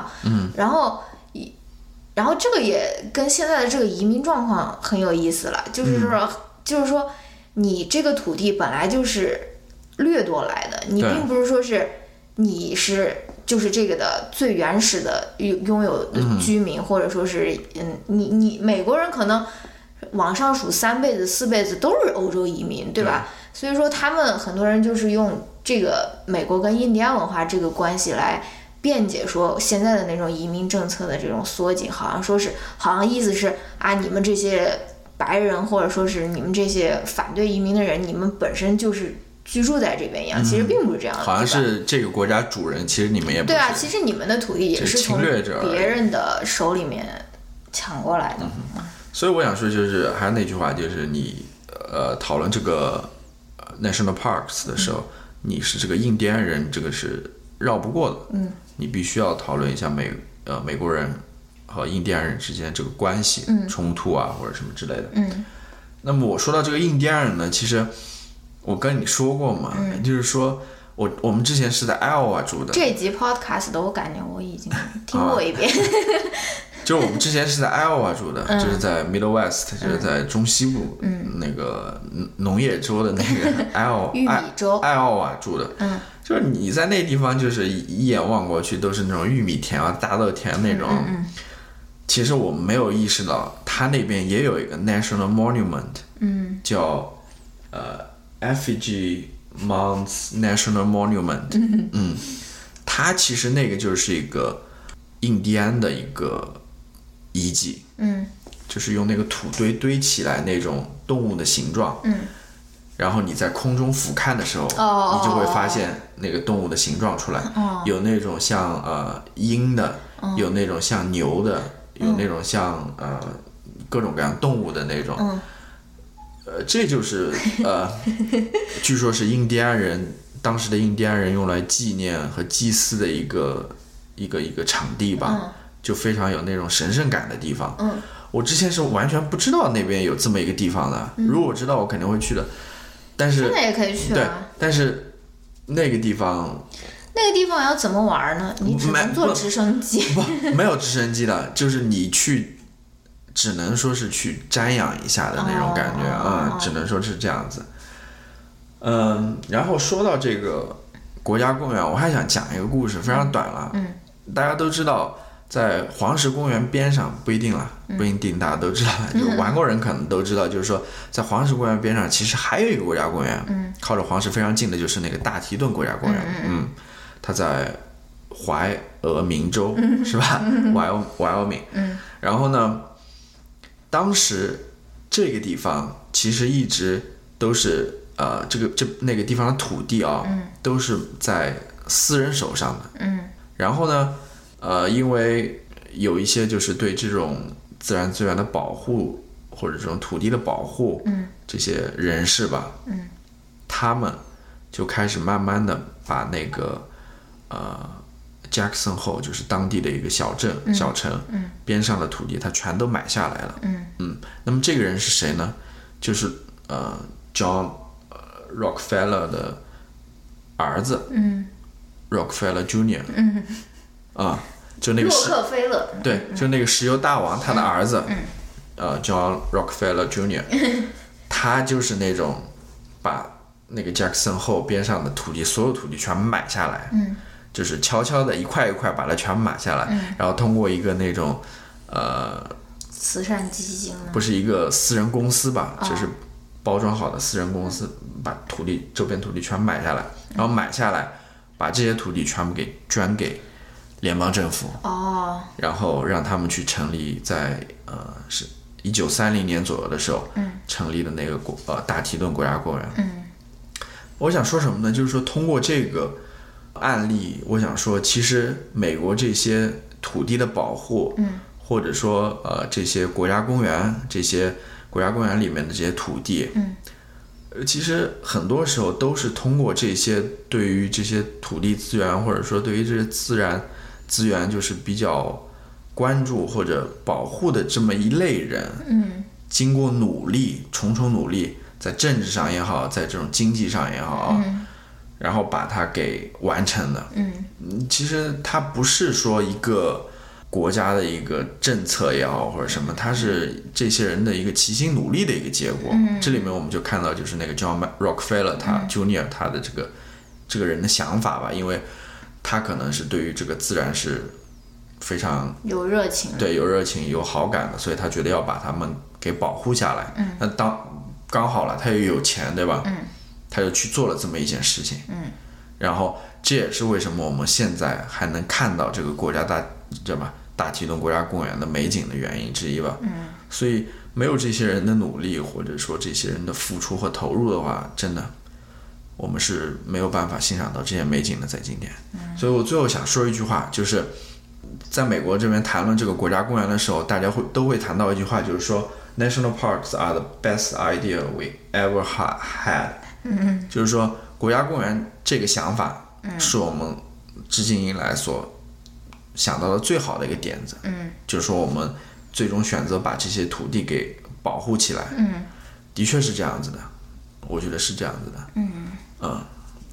然后这个也跟现在的这个移民状况很有意思了，就是说你这个土地本来就是掠夺来的，你并不是说是你是就是这个的最原始的拥有的居民，或者说是你美国人可能往上数3辈子4辈子都是欧洲移民，对吧？所以说他们很多人就是用这个美国跟印第安文化这个关系来辩解说现在的那种移民政策的这种缩紧，好像意思是啊，你们这些白人或者说是你们这些反对移民的人，你们本身就是居住在这边一样，其实并不是这样的。 好像是这个国家主人，其实你们也不是。对啊，其实你们的土地也是从别人的手里面抢过来的。 所以我想说，就是还是那句话，就是你讨论这个national parks 的时候，你是这个印第安人，这个是绕不过的。你必须要讨论一下美国人和印第安人之间这个关系、冲突啊或者什么之类的。那么我说到这个印第安人呢，其实我跟你说过嘛，就是说我们之前是在 Iowa 住的。 这集 podcast 的我感觉我已经听过一遍。 就是我们之前是在 Iowa 住的，就是在 Middle West，就是在中西部，那个农业州的那个玉米州艾奥瓦住的，就是你在那地方，就是一眼望过去都是那种玉米田啊、大豆田那种。其实我们没有意识到，它那边也有一个 National Monument，叫Effigy Mounds National Monument，它其实那个就是一个印第安的一个遗迹，就是用那个土堆起来那种动物的形状，然后你在空中俯瞰的时候，你就会发现那个动物的形状出来，有那种像鹰的，有那种像牛的，有那种像各种各样动物的那种，这就是据说是当时的印第安人用来纪念和祭祀的一个场地吧。就非常有那种神圣感的地方。我之前是完全不知道那边有这么一个地方的，如果我知道我肯定会去的。但是现在也可以去啊。 对，但是那个地方要怎么玩呢？你只能坐直升机。 没有直升机的，就是你去只能说是去瞻仰一下的那种感觉只能说是这样子。然后说到这个国家公园，我还想讲一个故事，非常短了。大家都知道，在黄石公园边上，不一定大家都知道，就玩过人可能都知道，就是说在黄石公园边上其实还有一个国家公园，靠着黄石非常近的就是那个大提顿国家公园，它在怀俄明州，是吧？Wyoming。然后呢，当时这个地方其实一直都是那个地方的土地都是在私人手上的。然后呢，因为有一些就是对这种自然资源的保护或者这种土地的保护，这些人士吧，他们就开始慢慢的把那个Jackson Hole 就是当地的一个小城边上的土地，他全都买下来了。那么这个人是谁呢？就是John Rockefeller 的儿子。Rockefeller Jr. 就那个洛克菲勒， 对，就那个石油大王他的儿子，John Rockefeller Jr. 他就是那种把那个 Jackson Hole 边上的土地，所有土地全买下来，就是悄悄的一块一块把它全买下来，然后通过一个那种慈善基金呢， 不是一个私人公司吧，就是包装好的私人公司，把周边土地全买下来，然后买下来。把这些土地全部给捐给联邦政府，然后让他们去成立在是1930年左右的时候，成立的那个大提顿国家公园。我想说什么呢？就是说通过这个案例，我想说，其实美国这些土地的保护，或者说这些国家公园里面的这些土地，其实很多时候都是通过这些对于这些土地资源，或者说对于这些自然资源就是比较关注或者保护的这么一类人，经过重重努力，在政治上也好，在这种经济上也好，然后把它给完成的。其实它不是说一个国家的一个政策也好或者什么，它是这些人的一个齐心努力的一个结果。这里面我们就看到就是那个 John Rockefeller 他 Jr. 他的这个人的想法吧，因为他可能是对于这个自然是非常有热情， 对，有热情有好感的，所以他觉得要把他们给保护下来。那刚好了，他又有钱，对吧？他就去做了这么一件事情。然后这也是为什么我们现在还能看到这个国家大提顿国家公园的美景的原因之一吧。所以没有这些人的努力，或者说这些人的付出和投入的话，真的我们是没有办法欣赏到这些美景的在今天。所以我最后想说一句话，就是在美国这边谈论这个国家公园的时候，大家都会谈到一句话，就是说 National parks are the best idea we ever had。就是说国家公园这个想法是我们至今以来所想到的最好的一个点子。就是说我们最终选择把这些土地给保护起来。的确是这样子的，我觉得是这样子的。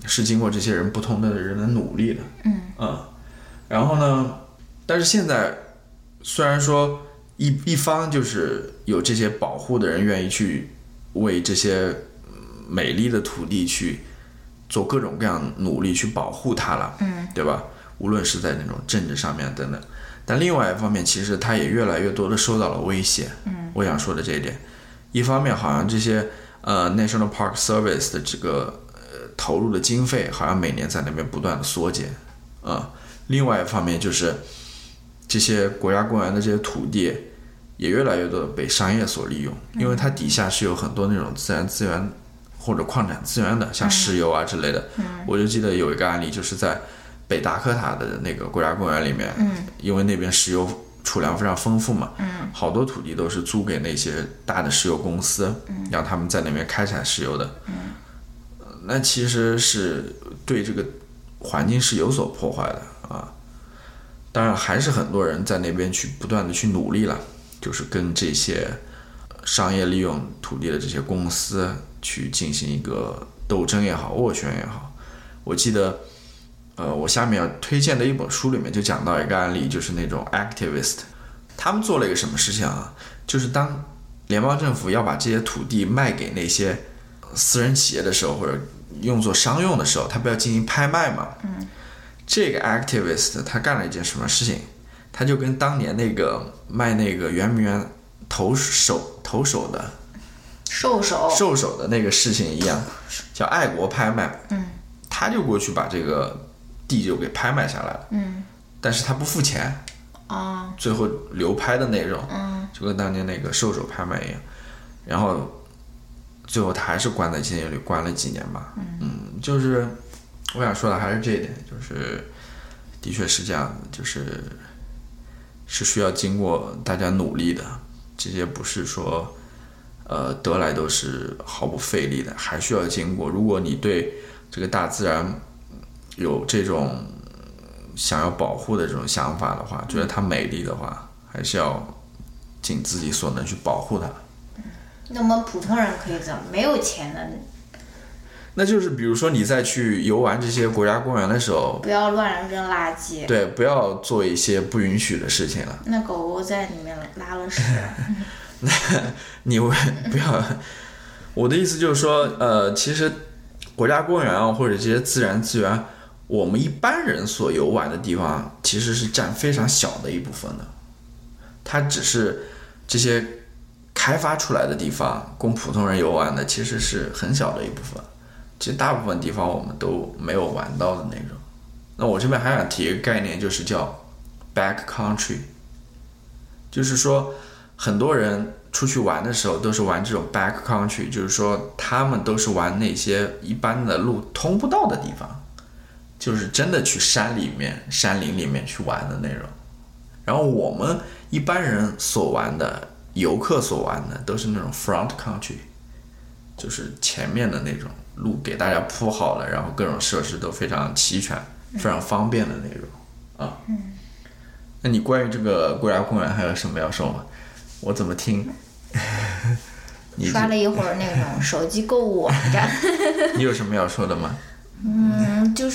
是经过这些人不同的人的努力的。然后呢，但是现在虽然说一方就是有这些保护的人愿意去为这些美丽的土地去做各种各样努力去保护它了，对吧？无论是在那种政治上面等等，但另外一方面，其实它也越来越多的受到了威胁。我想说的这一点，一方面好像这些National Park Service 的这个投入的经费好像每年在那边不断的缩减另外一方面就是这些国家公园的这些土地也越来越多的被商业所利用，因为它底下是有很多那种自然资源或者矿产资源的，像石油啊之类的。我就记得有一个案例，就是在北达科塔的那个国家公园里面，因为那边石油储量非常丰富嘛，好多土地都是租给那些大的石油公司，让他们在那边开采石油的。那其实是对这个环境是有所破坏的当然还是很多人在那边去不断的去努力了，就是跟这些商业利用土地的这些公司去进行一个斗争也好，斡旋也好。我记得我下面要推荐的一本书里面就讲到一个案例，就是那种 activist， 他们做了一个什么事情就是当联邦政府要把这些土地卖给那些私人企业的时候，或者用作商用的时候，他不要进行拍卖嘛。这个 activist 他干了一件什么事情？他就跟当年那个卖那个圆明园投手的兽首的那个事情一样，叫爱国拍卖。他就过去把这个地就给拍卖下来了。但是他不付钱最后流拍的内容就跟当年那个兽首拍卖一样，然后最后他还是关在监狱里关了几年吧。就是我想说的还是这一点，就是的确是这样的，是需要经过大家努力的，这些不是说得来都是毫不费力的，还需要经过。如果你对这个大自然有这种想要保护的这种想法的话，觉得它美丽的话，还是要尽自己所能去保护它。 那我们普通人可以怎么？没有钱的， 那就是比如说你在去游玩这些国家公园的时候， 不要乱扔垃圾。 对，不要做一些不允许的事情了。 那狗狗在里面拉了屎那你不要，我的意思就是说其实国家公园或者这些自然资源，我们一般人所游玩的地方其实是占非常小的一部分的，它只是这些开发出来的地方供普通人游玩的其实是很小的一部分，其实大部分地方我们都没有玩到的那种。那我这边还想提一个概念，就是叫 back country， 就是说很多人出去玩的时候都是玩这种 back country， 就是说他们都是玩那些一般的路通不到的地方，就是真的去山林里面去玩的那种。然后我们一般人所玩的，游客所玩的都是那种 front country， 就是前面的那种路给大家铺好了，然后各种设施都非常齐全，非常方便的那种那你关于这个国家公园还有什么要说吗？我怎么听你刷了一会儿那种手机购物网站你有什么要说的吗？ 就是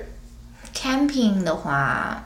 camping 的话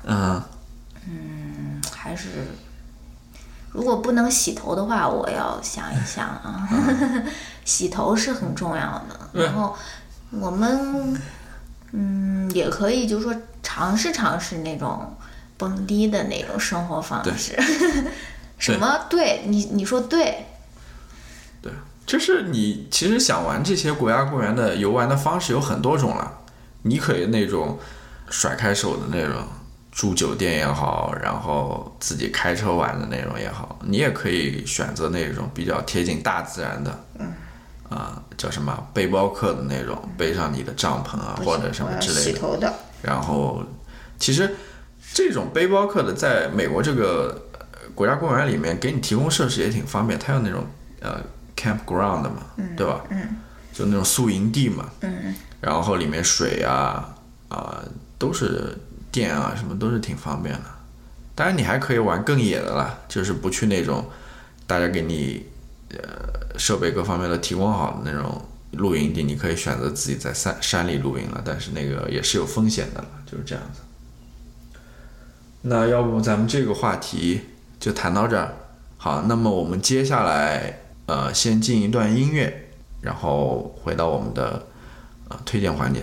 还是如果不能洗头的话，我要想一想洗头是很重要的。然后我们也可以就是说尝试那种蹦迪的那种生活方式什么对你说对， 就是你其实想玩这些国家公园的游玩的方式有很多种了，你可以那种甩开手的那种住酒店也好，然后自己开车玩的那种也好，你也可以选择那种比较贴近大自然的叫什么背包客的那种，背上你的帐篷或者什么之类的洗头的。然后其实这种背包客的在美国这个国家公园里面给你提供设施也挺方便，它有那种campground 嘛，对吧？就那种宿营地嘛，然后里面水都是电什么都是挺方便的。当然你还可以玩更野的啦，就是不去那种大家给你设备各方面都提供好的那种露营地，你可以选择自己在山里露营了，但是那个也是有风险的了，就是这样子。那要不咱们这个话题就谈到这儿。好，那么我们接下来先进一段音乐，然后回到我们的推荐环节。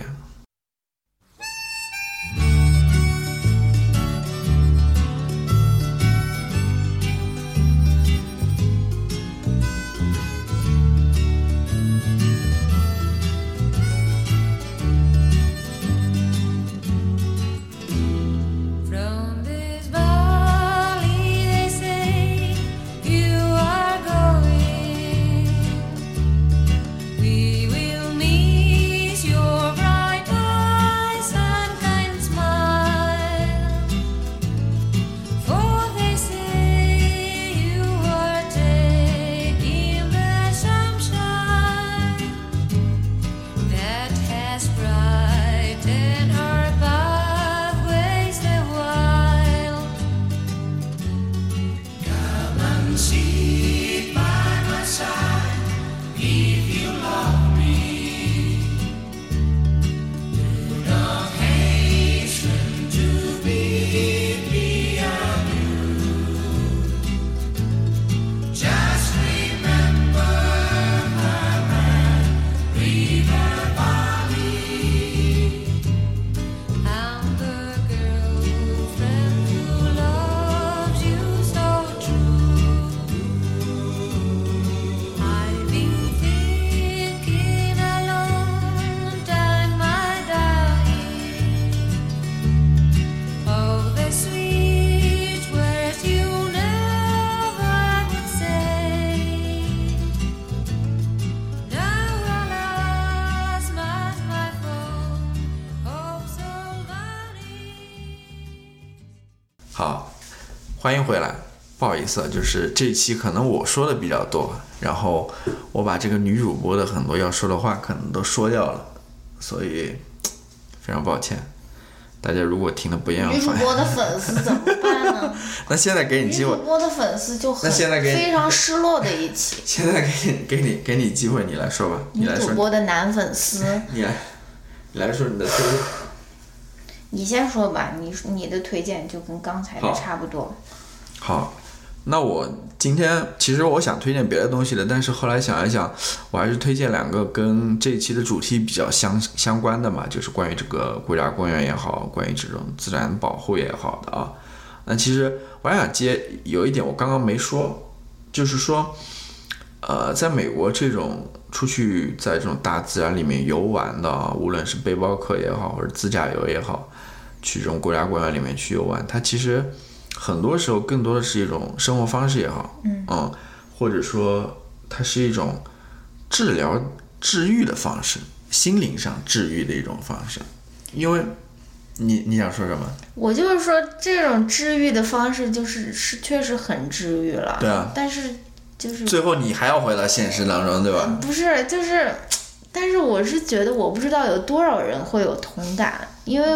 好，欢迎回来。不好意思，就是这一期可能我说的比较多，然后我把这个女主播的很多要说的话可能都说掉了，所以非常抱歉。大家如果听得不厌女主播的粉丝怎么办呢？ 那现在给你机会， 女主播的粉丝就很非常失落的一期。 现在给你机会，你来说吧。 女主播的男粉丝， 你来说你的推荐。 你先说吧，你的推荐就跟刚才的差不多。 好，那我今天其实我想推荐别的东西的，但是后来想一想，我还是推荐两个跟这一期的主题比较相关的嘛，就是关于这个国家公园也好，关于这种自然保护也好的啊。那其实我还想接有一点我刚刚没说，就是说，在美国这种出去在这种大自然里面游玩的，无论是背包客也好，或者自驾游也好，去这种国家公园里面去游玩，它其实很多时候更多的是一种生活方式也好，或者说它是一种治愈的方式，心灵上治愈的一种方式。因为你想说什么？ 我就是说这种治愈的方式是确实很治愈了， 对啊， 但是就是最后你还要回到现实当中，对吧？ 不是，就是但是我是觉得我不知道有多少人会有同感，因为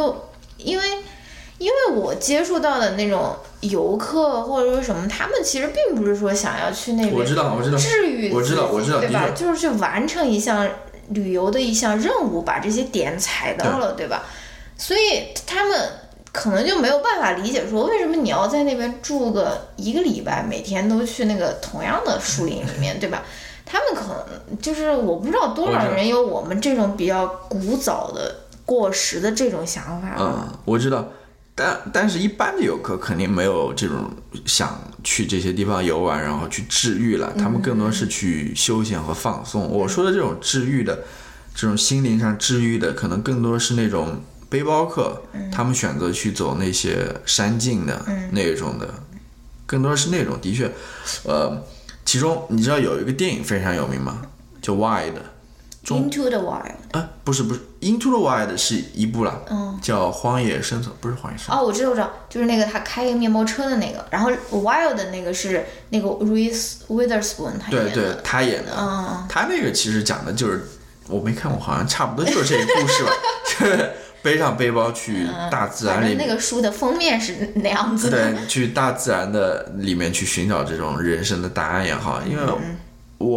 我接触到的那种游客或者说什么，他们其实并不是说想要去那边， 我知道治愈自己， 我知道， 对吧？就是去完成一项旅游的一项任务，把这些点踩到了，对吧？所以他们可能就没有办法理解说，为什么你要在那边住个1个礼拜，每天都去那个同样的树林里面，对吧？他们可能就是我不知道多少人有我们这种比较古早的过时的这种想法。 我知道。但是一般的游客肯定没有这种想去这些地方游玩然后去治愈了，他们更多是去休闲和放松。我说的这种治愈的，这种心灵上治愈的，可能更多是那种背包客，他们选择去走那些山径的那种的，更多是那种。的确，其中你知道有一个电影非常有名吗？叫 Into the Wild。 不是 Into the Wild 是一部了，叫荒野生存，不是荒野生存。 我知道，就是那个他开一个面包车的那个，然后 Wild 的那个是那个 Reese Witherspoon 他演的。 对，他演的。他那个其实讲的就是我没看过，好像差不多就是这个故事吧，就是背上背包去大自然里面。 那个书的封面是那样子的。 对，去大自然的里面去寻找这种人生的答案也好，因为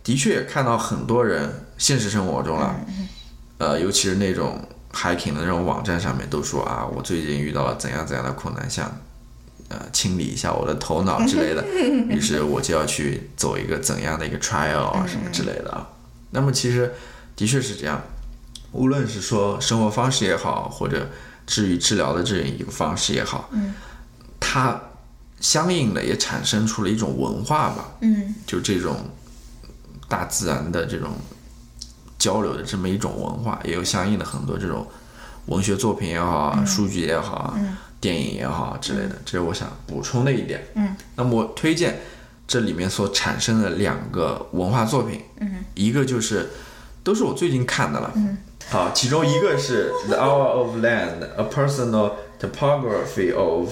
的确也看到很多人现实生活中了，尤其是那种 hiking 的那种网站上面都说啊，我最近遇到了怎样怎样的困难，想清理一下我的头脑之类的，于是我就要去走一个怎样的一个 trial 啊什么之类的啊。那么其实的确是这样，无论是说生活方式也好，或者治疗的这样一个方式也好，它相应的也产生出了一种文化吧，就这种大自然的这种交流的这么一种文化，也有相应的很多这种文学作品也好，书籍也好，电影也好之类的，这是我想补充的一点。那么我推荐这里面所产生的2个文化作品，一个就是都是我最近看的了，好，其中一个是 The Hour of Land, A Personal Topography of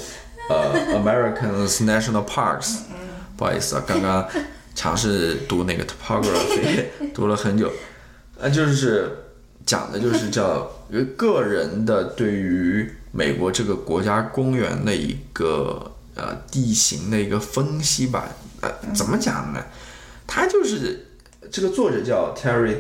America's National Parks。不好意思啊，刚刚尝试读那个 topography 读了很久，就是讲的就是叫个人的对于美国这个国家公园的一个地形的一个分析吧。怎么讲呢？他就是这个作者叫 Terry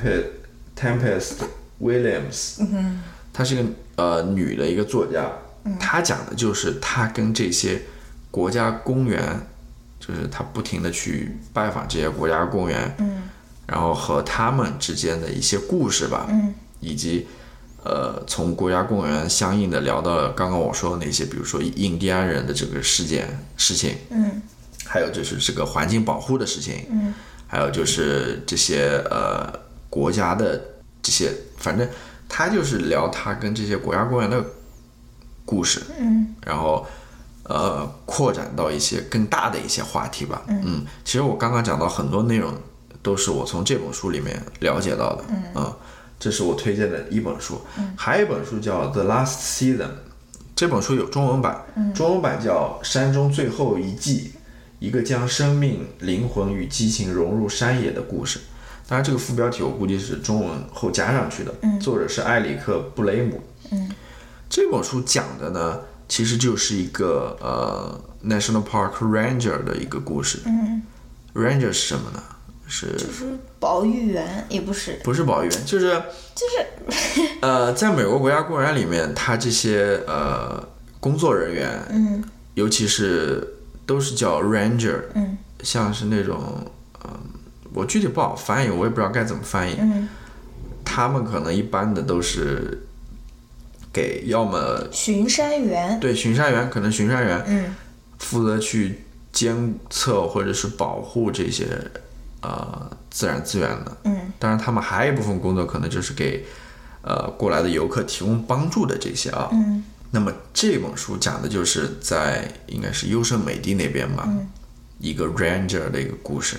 Tempest Williams，她是一个女的一个作家，她讲的就是她跟这些国家公园，就是她不停的去拜访这些国家公园，然后和他们之间的一些故事吧，以及从国家公园相应的聊到了刚刚我说的那些，比如说印第安人的这个事情，还有就是这个环境保护的事情，还有就是这些国家的这些，反正他就是聊他跟这些国家公园的故事，然后扩展到一些更大的一些话题吧。其实我刚刚讲到很多内容都是我从这本书里面了解到的，这是我推荐的一本书。还有一本书叫 The Last Season， 这本书有中文版，中文版叫《山中最后一季》，一个将生命、灵魂与激情融入山野的故事。当然这个副标题我估计是中文后加上去的，作者是埃里克·布雷姆。这本书讲的呢，其实就是一个National Park Ranger 的一个故事。Ranger 是什么呢？ 就是保育员，也不是保育员，就是在美国国家公园里面，他这些工作人员，尤其是都是叫 Ranger，像是那种我具体不好翻译，我也不知道该怎么翻译。他们可能一般的都是给要么巡山员， 对，巡山员，可能巡山员负责去监测或者是保护这些自然资源的。当然他们还有一部分工作可能就是给过来的游客提供帮助的这些啊。那么这本书讲的就是在应该是优胜美地那边吧，一个 ranger 的一个故事。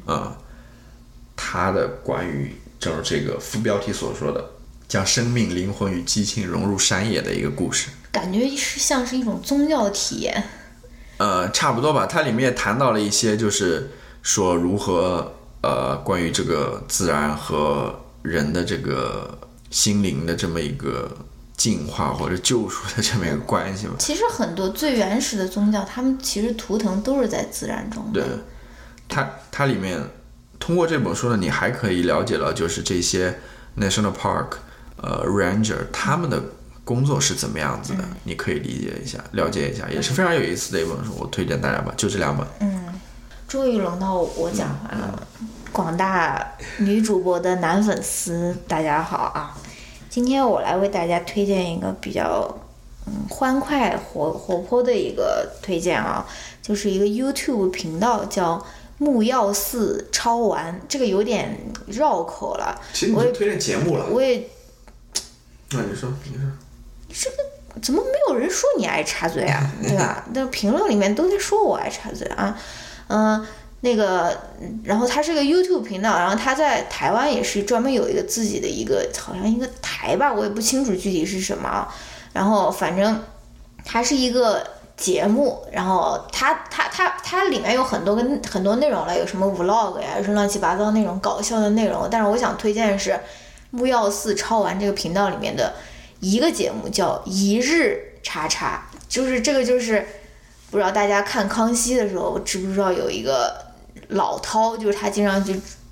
他的关于正如这个副标题所说的，将生命、灵魂与激情融入山野的一个故事， 感觉是像是一种宗教体验。 差不多吧。它里面也谈到了一些，就是说如何关于这个自然和人的这个心灵的这么一个进化或者救赎的这么一个关系吧。 其实很多最原始的宗教，他们其实图腾都是在自然中的。 对，它里面通过这本书呢，你还可以了解到就是这些 National Park Ranger 他们的工作是怎么样子的，你可以理解一下，了解一下，也是非常有意思的一本书，我推荐大家吧，就这2本。 终于轮到我讲完了。广大女主播的男粉丝大家好啊，今天我来为大家推荐一个比较欢快活泼的一个推荐啊，就是一个 YouTube 频道叫木曜四超玩，这个有点绕口了。 其实你就推荐节目了。 我也， 你说。 这个怎么没有人说你爱插嘴啊？对吧？那评论里面都在说我爱插嘴啊。那个，然后他是个 YouTube 频道，然后他在台湾也是专门有一个自己的一个，好像一个台吧，我也不清楚具体是什么啊。然后反正它是一个节目，然后它里面有很多内容了，有什么 vlog 呀，有什么乱七八糟那种搞笑的内容。但是我想推荐的是木曜四超玩这个频道里面的一个节目，叫一日叉叉，就是这个就是不知道大家看康熙的时候知不知道有一个老饕，就是他经常去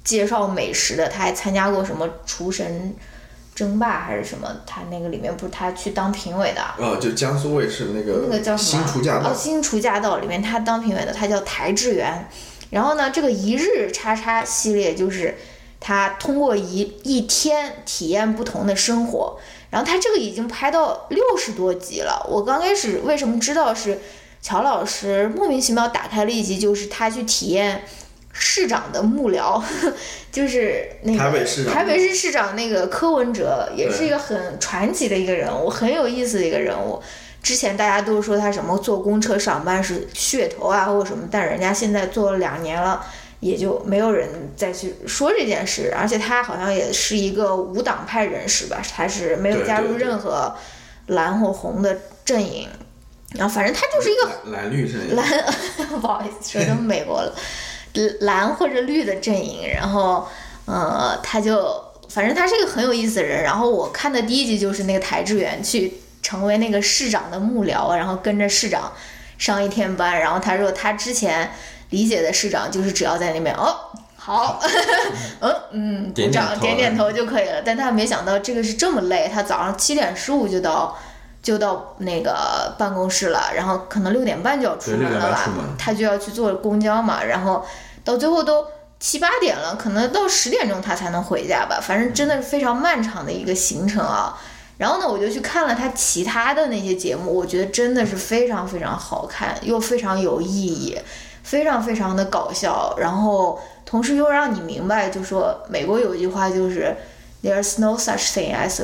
介绍美食的，他还参加过什么厨神争霸还是什么，他那个里面不是他去当评委的就江苏卫视那个叫什么新厨驾到新厨驾到里面他当评委的，他叫台志源。然后呢，这个一日叉叉系列就是他通过一天体验不同的生活，然后他这个已经拍到60多集了。我刚开始为什么知道是乔老师莫名其妙打开了一集，就是他去体验市长的幕僚，就是那个台北市市长那个柯文哲，也是一个很传奇的一个人物，很有意思的一个人物。之前大家都说他什么坐公车上班是噱头啊或者什么，但人家现在做了2年了，也就没有人再去说这件事。而且他好像也是一个无党派人士吧，他是没有加入任何蓝或红的阵营。然后反正他就是一个蓝绿阵营， 不好意思说成美国了，蓝或者绿的阵营。然后他就反正他是一个很有意思的人。然后我看的第一集就是那个台志源去成为那个市长的幕僚，然后跟着市长上一天班。然后他说他之前理解的市长就是只要在那边好鼓掌点头就可以了，但他没想到这个是这么累。他早上7点15就到那个办公室了，然后可能6点半就要出门了吧，他就要去坐公交嘛，然后到最后都7、8点了，可能到10点钟他才能回家吧，反正真的是非常漫长的一个行程啊。然后呢，我就去看了他其他的那些节目，我觉得真的是非常非常好看，又非常有意义，非常非常的搞笑，然后同时又让你明白，就说美国有一句话就是 There's no such thing as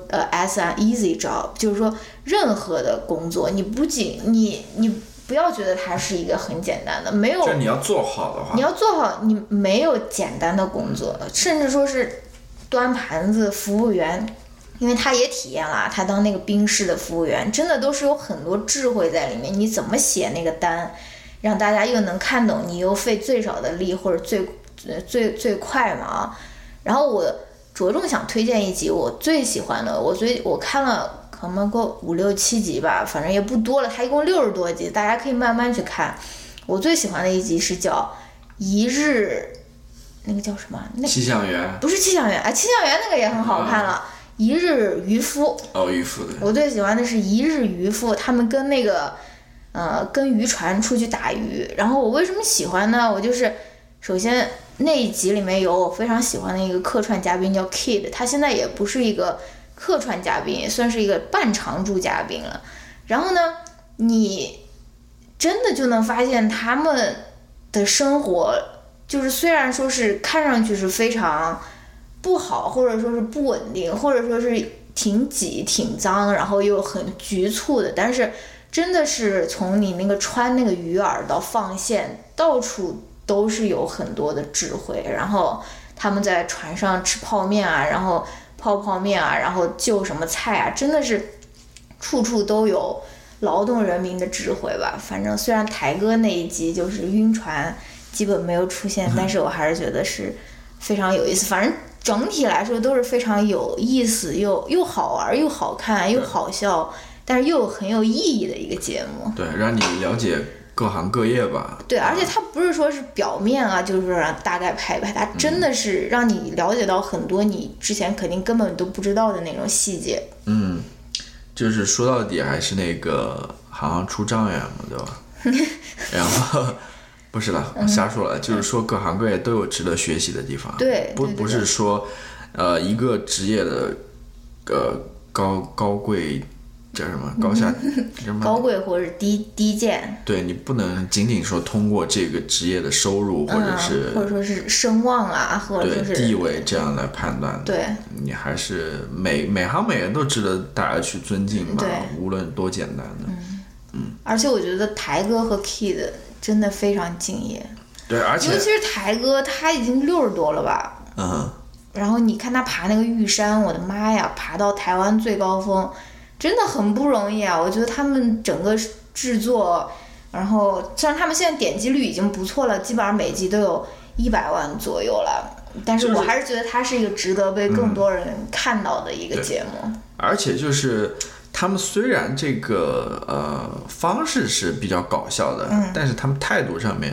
as an easy job， 就是说任何的工作，你不仅你不要觉得它是一个很简单的，没有， 就你要做好的话， 你要做好，你没有简单的工作，甚至说是端盘子服务员。因为他也体验了，他当那个宾士的服务员，真的都是有很多智慧在里面。你怎么写那个单，让大家又能看懂，你又费最少的力或者最快嘛。然后我着重想推荐一集我最喜欢的，我看了可能过5、6、7集吧，反正也不多了，它一共60多集，大家可以慢慢去看。我最喜欢的一集是叫一日，那个叫什么？ 气象员？ 不是气象员，气象员那个也很好看了。一日渔夫渔夫的， 我最喜欢的是一日渔夫，他们跟那个跟渔船出去打鱼。然后我为什么喜欢呢？我就是首先那一集里面有我非常喜欢的一个客串嘉宾叫 Kid， 他现在也不是一个客串嘉宾，也算是一个半常驻嘉宾了。然后呢，你真的就能发现他们的生活，就是虽然说是看上去是非常不好，或者说是不稳定，或者说是挺挤挺脏，然后又很局促的，但是真的是从你那个穿那个鱼饵到放线，到处都是有很多的智慧。然后他们在船上吃泡面啊，然后泡面啊，然后就什么菜啊，真的是处处都有劳动人民的智慧吧。反正虽然台哥那一集就是晕船基本没有出现，但是我还是觉得是非常有意思。反正整体来说都是非常有意思，又好玩又好看又好笑，但是又很有意义的一个节目。 对，让你了解各行各业吧。 对，而且它不是说是表面啊，就是让大概拍一拍，它真的是让你了解到很多你之前肯定根本都不知道的那种细节。 就是说到底还是那个行行出状元嘛，对吧？然后不是了，我瞎说了，就是说各行各业都有值得学习的地方。 对， 不是说一个职业的高贵叫什么高下什么高贵或者低贱。 对，你不能仅仅说通过这个职业的收入或者说是声望啊，或者说是地位这样来判断的。 对， 你还是每行每业都值得大家去尊敬嘛，无论多简单的。 而且我觉得台哥和 Kid 真的非常敬业。 对，而且尤其是台哥，他已经60多了吧。然后你看他爬那个玉山，我的妈呀，爬到台湾最高峰，真的很不容易啊！我觉得他们整个制作，然后虽然他们现在点击率已经不错了，基本上每集都有100万左右了，但是我还是觉得它是一个值得被更多人看到的一个节目。 而且就是他们虽然这个方式是比较搞笑的，但是他们态度上面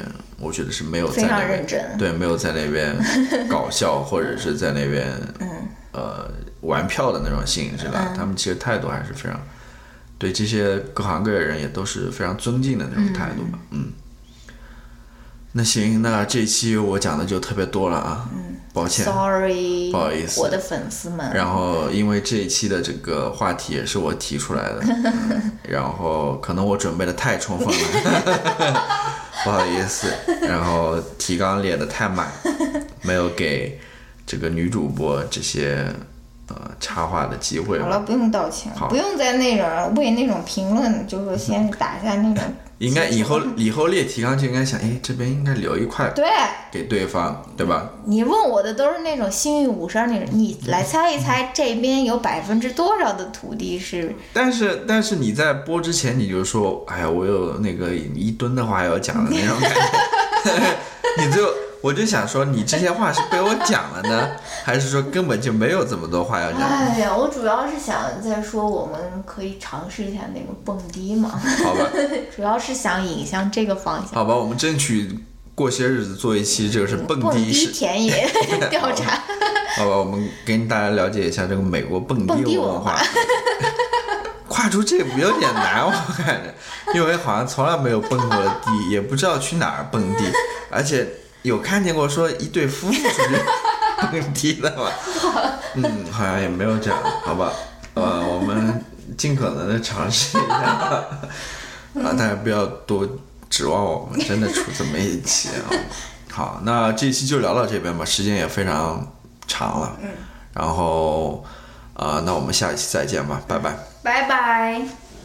我觉得是没有在非常那边认真， 对，没有在那边搞笑或者是在那边玩票的那种性质啦。他们其实态度还是非常对这些各行各业人也都是非常尊敬的那种态度吧。那行，那这期我讲的就特别多了啊，抱歉 ，sorry， 不好意思， 我的粉丝们。 然后因为这一期的这个话题也是我提出来的，然后可能我准备的太充分了，不好意思，然后提纲列的太满，没有给这个女主播这些插话的机会。 好了，不用道歉，不用在那种为那种评论，就是先打下那种。 应该以后列提纲就应该想，哎，这边应该留一块， 对， 给对方，对吧？ 你问我的都是那种幸运52那种，你来猜一猜，这边有多少的土地是？ 但是你在播之前你就说，哎呀，我有那个1吨的话要讲的那种感觉，我就想说，你这些话是被我讲了呢，还是说根本就没有这么多话要讲？ 哎呀，我主要是想再说，我们可以尝试一下那个蹦迪嘛。 好吧， 主要是想引向这个方向。 好吧，我们争取过些日子做一期这个是蹦迪田野调查。 好吧，我们给大家了解一下这个美国蹦迪文化。跨出这步有点难，我感觉，因为好像从来没有蹦过迪，也不知道去哪儿蹦迪，而且有看见过说一对夫妇出去蹦迪的吗？好像也没有这样，好吧，我们尽可能的尝试一下，大家不要多指望我们真的出这么一期啊。好，那这一期就聊到这边吧，时间也非常长了，然后那我们下一期再见吧，拜拜。 拜拜。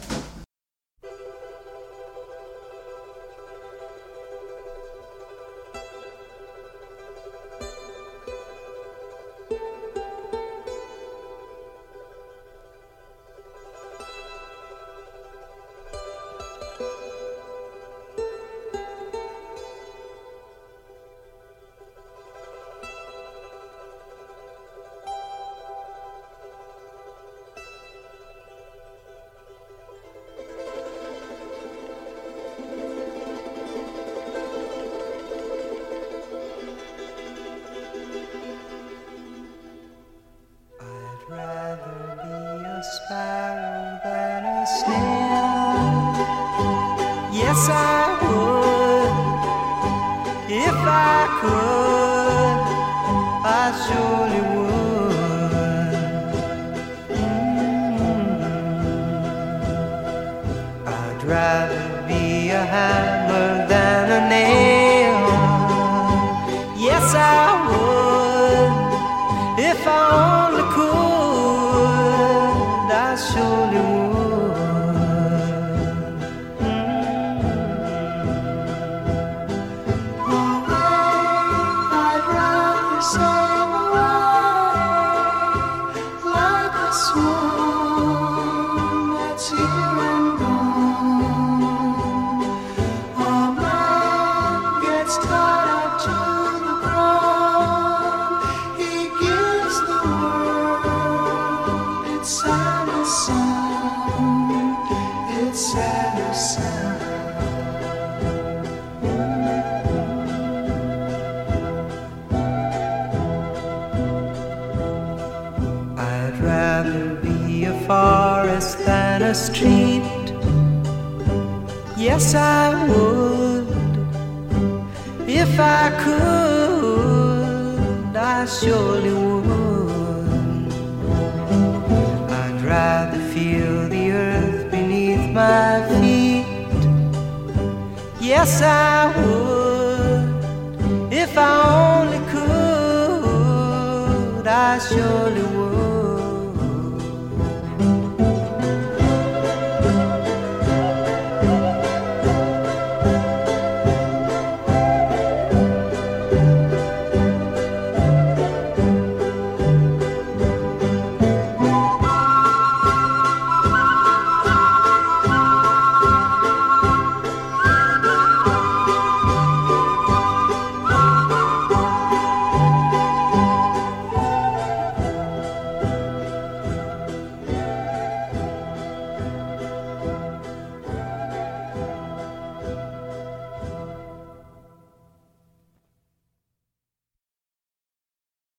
Yes, I would. If I could, I surely would. I'd rather be a hammer than a nail. Yes, I would. If I only could, I surely would. Forest than a street. Yes, I would. If I could, I surely would. I'd rather feel the earth beneath my feet. Yes, I would. If I only could, I surely would.